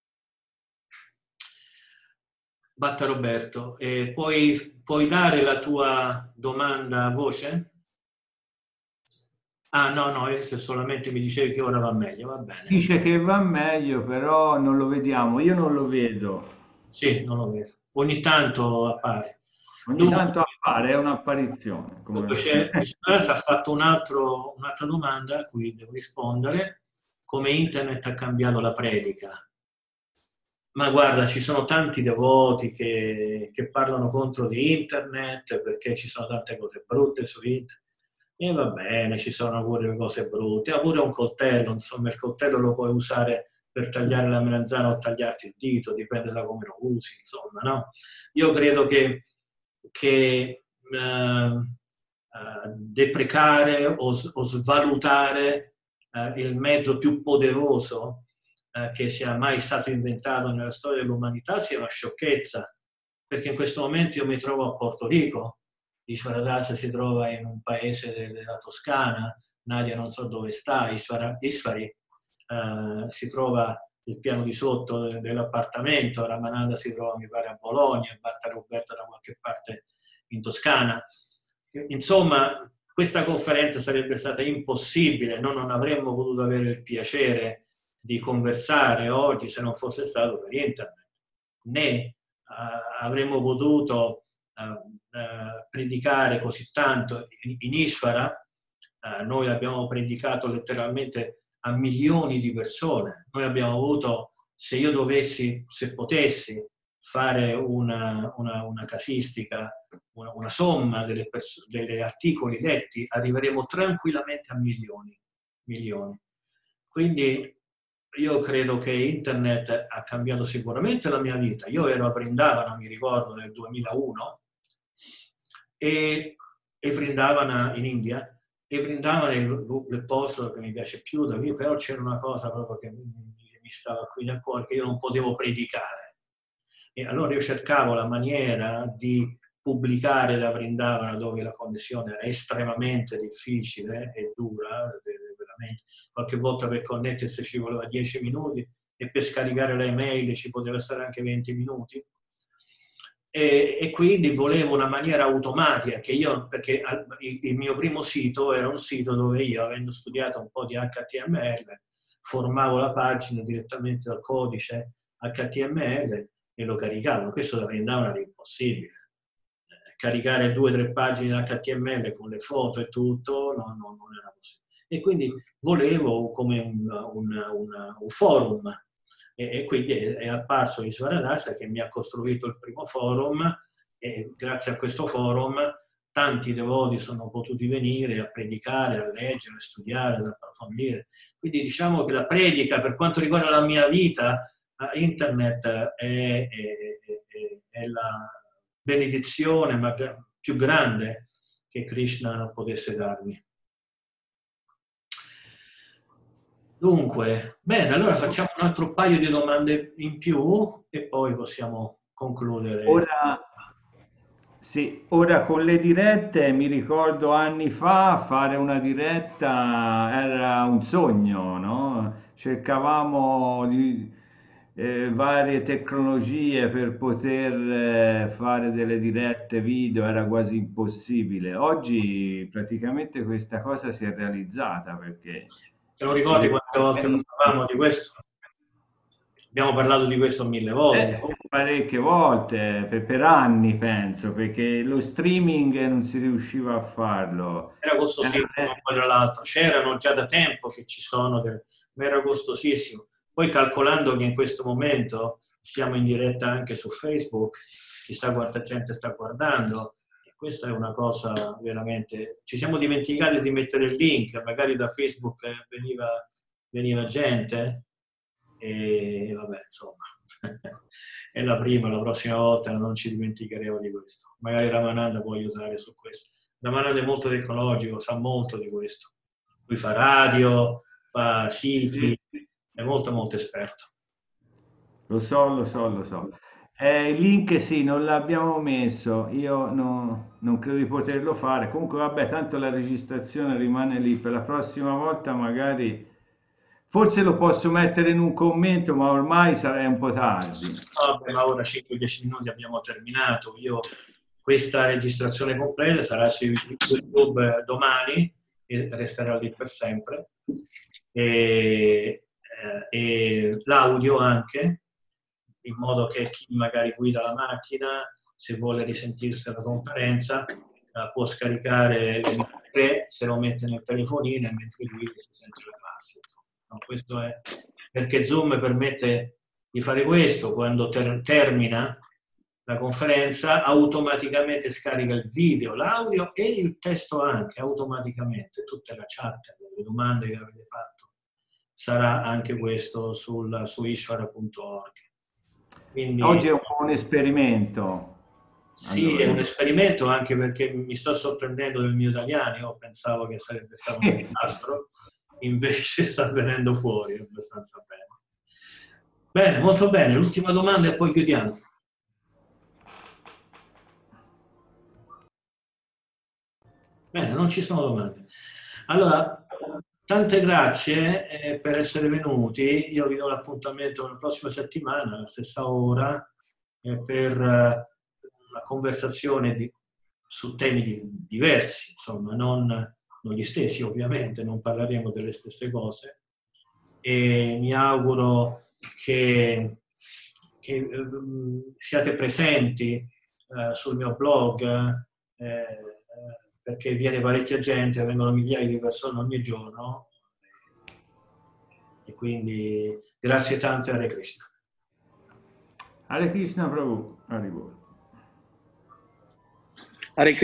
Speaker 3: Batta Roberto, eh, puoi, puoi dare la tua domanda a voce? Ah no, no, se solamente mi dicevi che ora va meglio, va bene.
Speaker 2: Dice che va meglio, però non lo vediamo, io non lo vedo.
Speaker 3: Sì, non lo vedo. Ogni tanto appare.
Speaker 2: Ogni
Speaker 3: Dunque,
Speaker 2: tanto appare, è un'apparizione.
Speaker 3: Dunque, c'è, ha fatto un altro, un'altra domanda a cui devo rispondere. Come internet ha cambiato la predica? Ma guarda, ci sono tanti devoti che, che parlano contro di internet perché ci sono tante cose brutte su internet. E va bene, ci sono pure le cose brutte. Ha pure un coltello, insomma, il coltello lo puoi usare per tagliare la melanzana o tagliarti il dito, dipende da come lo usi, insomma, no? Io credo che, che uh, uh, deprecare o, o svalutare uh, il mezzo più poderoso che sia mai stato inventato nella storia dell'umanità sia una sciocchezza, perché in questo momento io mi trovo a Porto Rico, Ishvara Das si trova in un paese della Toscana, Nadia non so dove sta, Ishvara, Ishvari eh, si trova il piano di sotto dell'appartamento, Ramananda si trova mi pare a Bologna, Batta Roberta da qualche parte in Toscana. Insomma, questa conferenza sarebbe stata impossibile, noi non avremmo potuto avere il piacere di conversare oggi se non fosse stato per internet, né uh, avremmo potuto uh, uh, predicare così tanto in, in Ishvara. Uh, noi abbiamo predicato letteralmente a milioni di persone. Noi abbiamo avuto, se io dovessi, se potessi fare una, una, una casistica, una, una somma delle, delle articoli letti, arriveremo tranquillamente a milioni, milioni. Quindi io credo che internet ha cambiato sicuramente la mia vita. Io ero a Vrindavana, mi ricordo, nel duemilauno, e, e Vrindavana in India, e Vrindavana è il, il posto che mi piace più da qui, però c'era una cosa proprio che mi, mi stava qui nel cuore, che io non potevo predicare. E allora io cercavo la maniera di pubblicare da Vrindavana, dove la connessione era estremamente difficile e dura, veramente. Qualche volta per connettersi ci voleva dieci minuti e per scaricare le email ci poteva stare anche venti minuti. E, e quindi volevo una maniera automatica, che io, perché il, il mio primo sito era un sito dove io, avendo studiato un po' di H T M L, formavo la pagina direttamente dal codice H T M L e lo caricavo. Questo da Vrindavana era impossibile. Caricare due o tre pagine H T M L con le foto e tutto, no, no, non era possibile. E quindi volevo come un, un, un, un forum, e, e quindi è, è apparso Ishvara Das che mi ha costruito il primo forum, e grazie a questo forum tanti devoti sono potuti venire a predicare, a leggere, a studiare, ad approfondire. Quindi diciamo che la predica, per quanto riguarda la mia vita, internet è, è, è, è la benedizione ma più grande che Krishna potesse darmi. Dunque, bene, allora facciamo un altro paio di domande in più e poi possiamo concludere.
Speaker 2: Ora, Sì, ora con le dirette mi ricordo anni fa fare una diretta era un sogno, no? Cercavamo di, eh, varie tecnologie per poter eh, fare delle dirette video, era quasi impossibile. Oggi praticamente questa cosa si è realizzata perché
Speaker 3: Te lo
Speaker 2: ci
Speaker 3: ricordi
Speaker 2: deve
Speaker 3: quante volte parlavamo di questo? Abbiamo parlato di questo mille volte.
Speaker 2: Eh, parecchie volte, per, per anni penso, perché lo streaming non si riusciva a farlo.
Speaker 3: Era
Speaker 2: Eh,
Speaker 3: costosissimo,
Speaker 2: eh,
Speaker 3: poi tra l'altro c'erano già da tempo che ci sono, del- ma era costosissimo. Poi calcolando che in questo momento siamo in diretta anche su Facebook, chissà quanta gente sta guardando, e questa è una cosa veramente... Ci siamo dimenticati di mettere il link, magari da Facebook eh, veniva, veniva gente, e vabbè, insomma, è la prima, la prossima volta non ci dimenticheremo di questo. Magari Ramananda può aiutare su questo. Ramananda è molto tecnologico, sa molto di questo. Lui fa radio, fa siti, è molto molto esperto.
Speaker 2: lo so, lo so, lo so. Eh, il link sì, non l'abbiamo messo, io no- non credo di poterlo fare. Comunque, vabbè, tanto la registrazione rimane lì. Per la prossima volta magari, forse lo posso mettere in un commento, ma ormai sarà un po' tardi.
Speaker 3: Vabbè, ma ora cinque dieci minuti abbiamo terminato. Io, questa registrazione completa sarà su YouTube domani e resterà lì per sempre. E, eh, e l'audio anche, in modo che chi magari guida la macchina, se vuole risentirsi la conferenza, eh, può scaricare l'emme pi tre, se lo mette nel telefonino e mentre guida si sente la classe. Insomma. No, questo è perché Zoom permette di fare questo, quando ter- termina la conferenza automaticamente scarica il video, l'audio e il testo anche, automaticamente, tutta la chat, le domande che avete fatto, sarà anche questo sul, su ishvara punto org. Quindi,
Speaker 2: Oggi è un po' un esperimento.
Speaker 3: sì,
Speaker 2: Allora,
Speaker 3: è un esperimento anche perché mi sto sorprendendo del mio italiano, io pensavo che sarebbe stato un disastro, invece sta venendo fuori abbastanza bene. Bene, molto bene, l'ultima domanda e poi chiudiamo. Bene, non ci sono domande. Allora, tante grazie eh, per essere venuti. Io vi do l'appuntamento la prossima settimana, alla stessa ora, eh, per eh, una conversazione di, su temi di, diversi, insomma, non, non gli stessi ovviamente, non parleremo delle stesse cose. E mi auguro che, che eh, siate presenti eh, sul mio blog, eh, perché viene parecchia gente, vengono migliaia di persone ogni giorno, e quindi grazie tante a Hare Krishna.
Speaker 2: Hare Krishna Prabhu, Haribol.
Speaker 5: Hare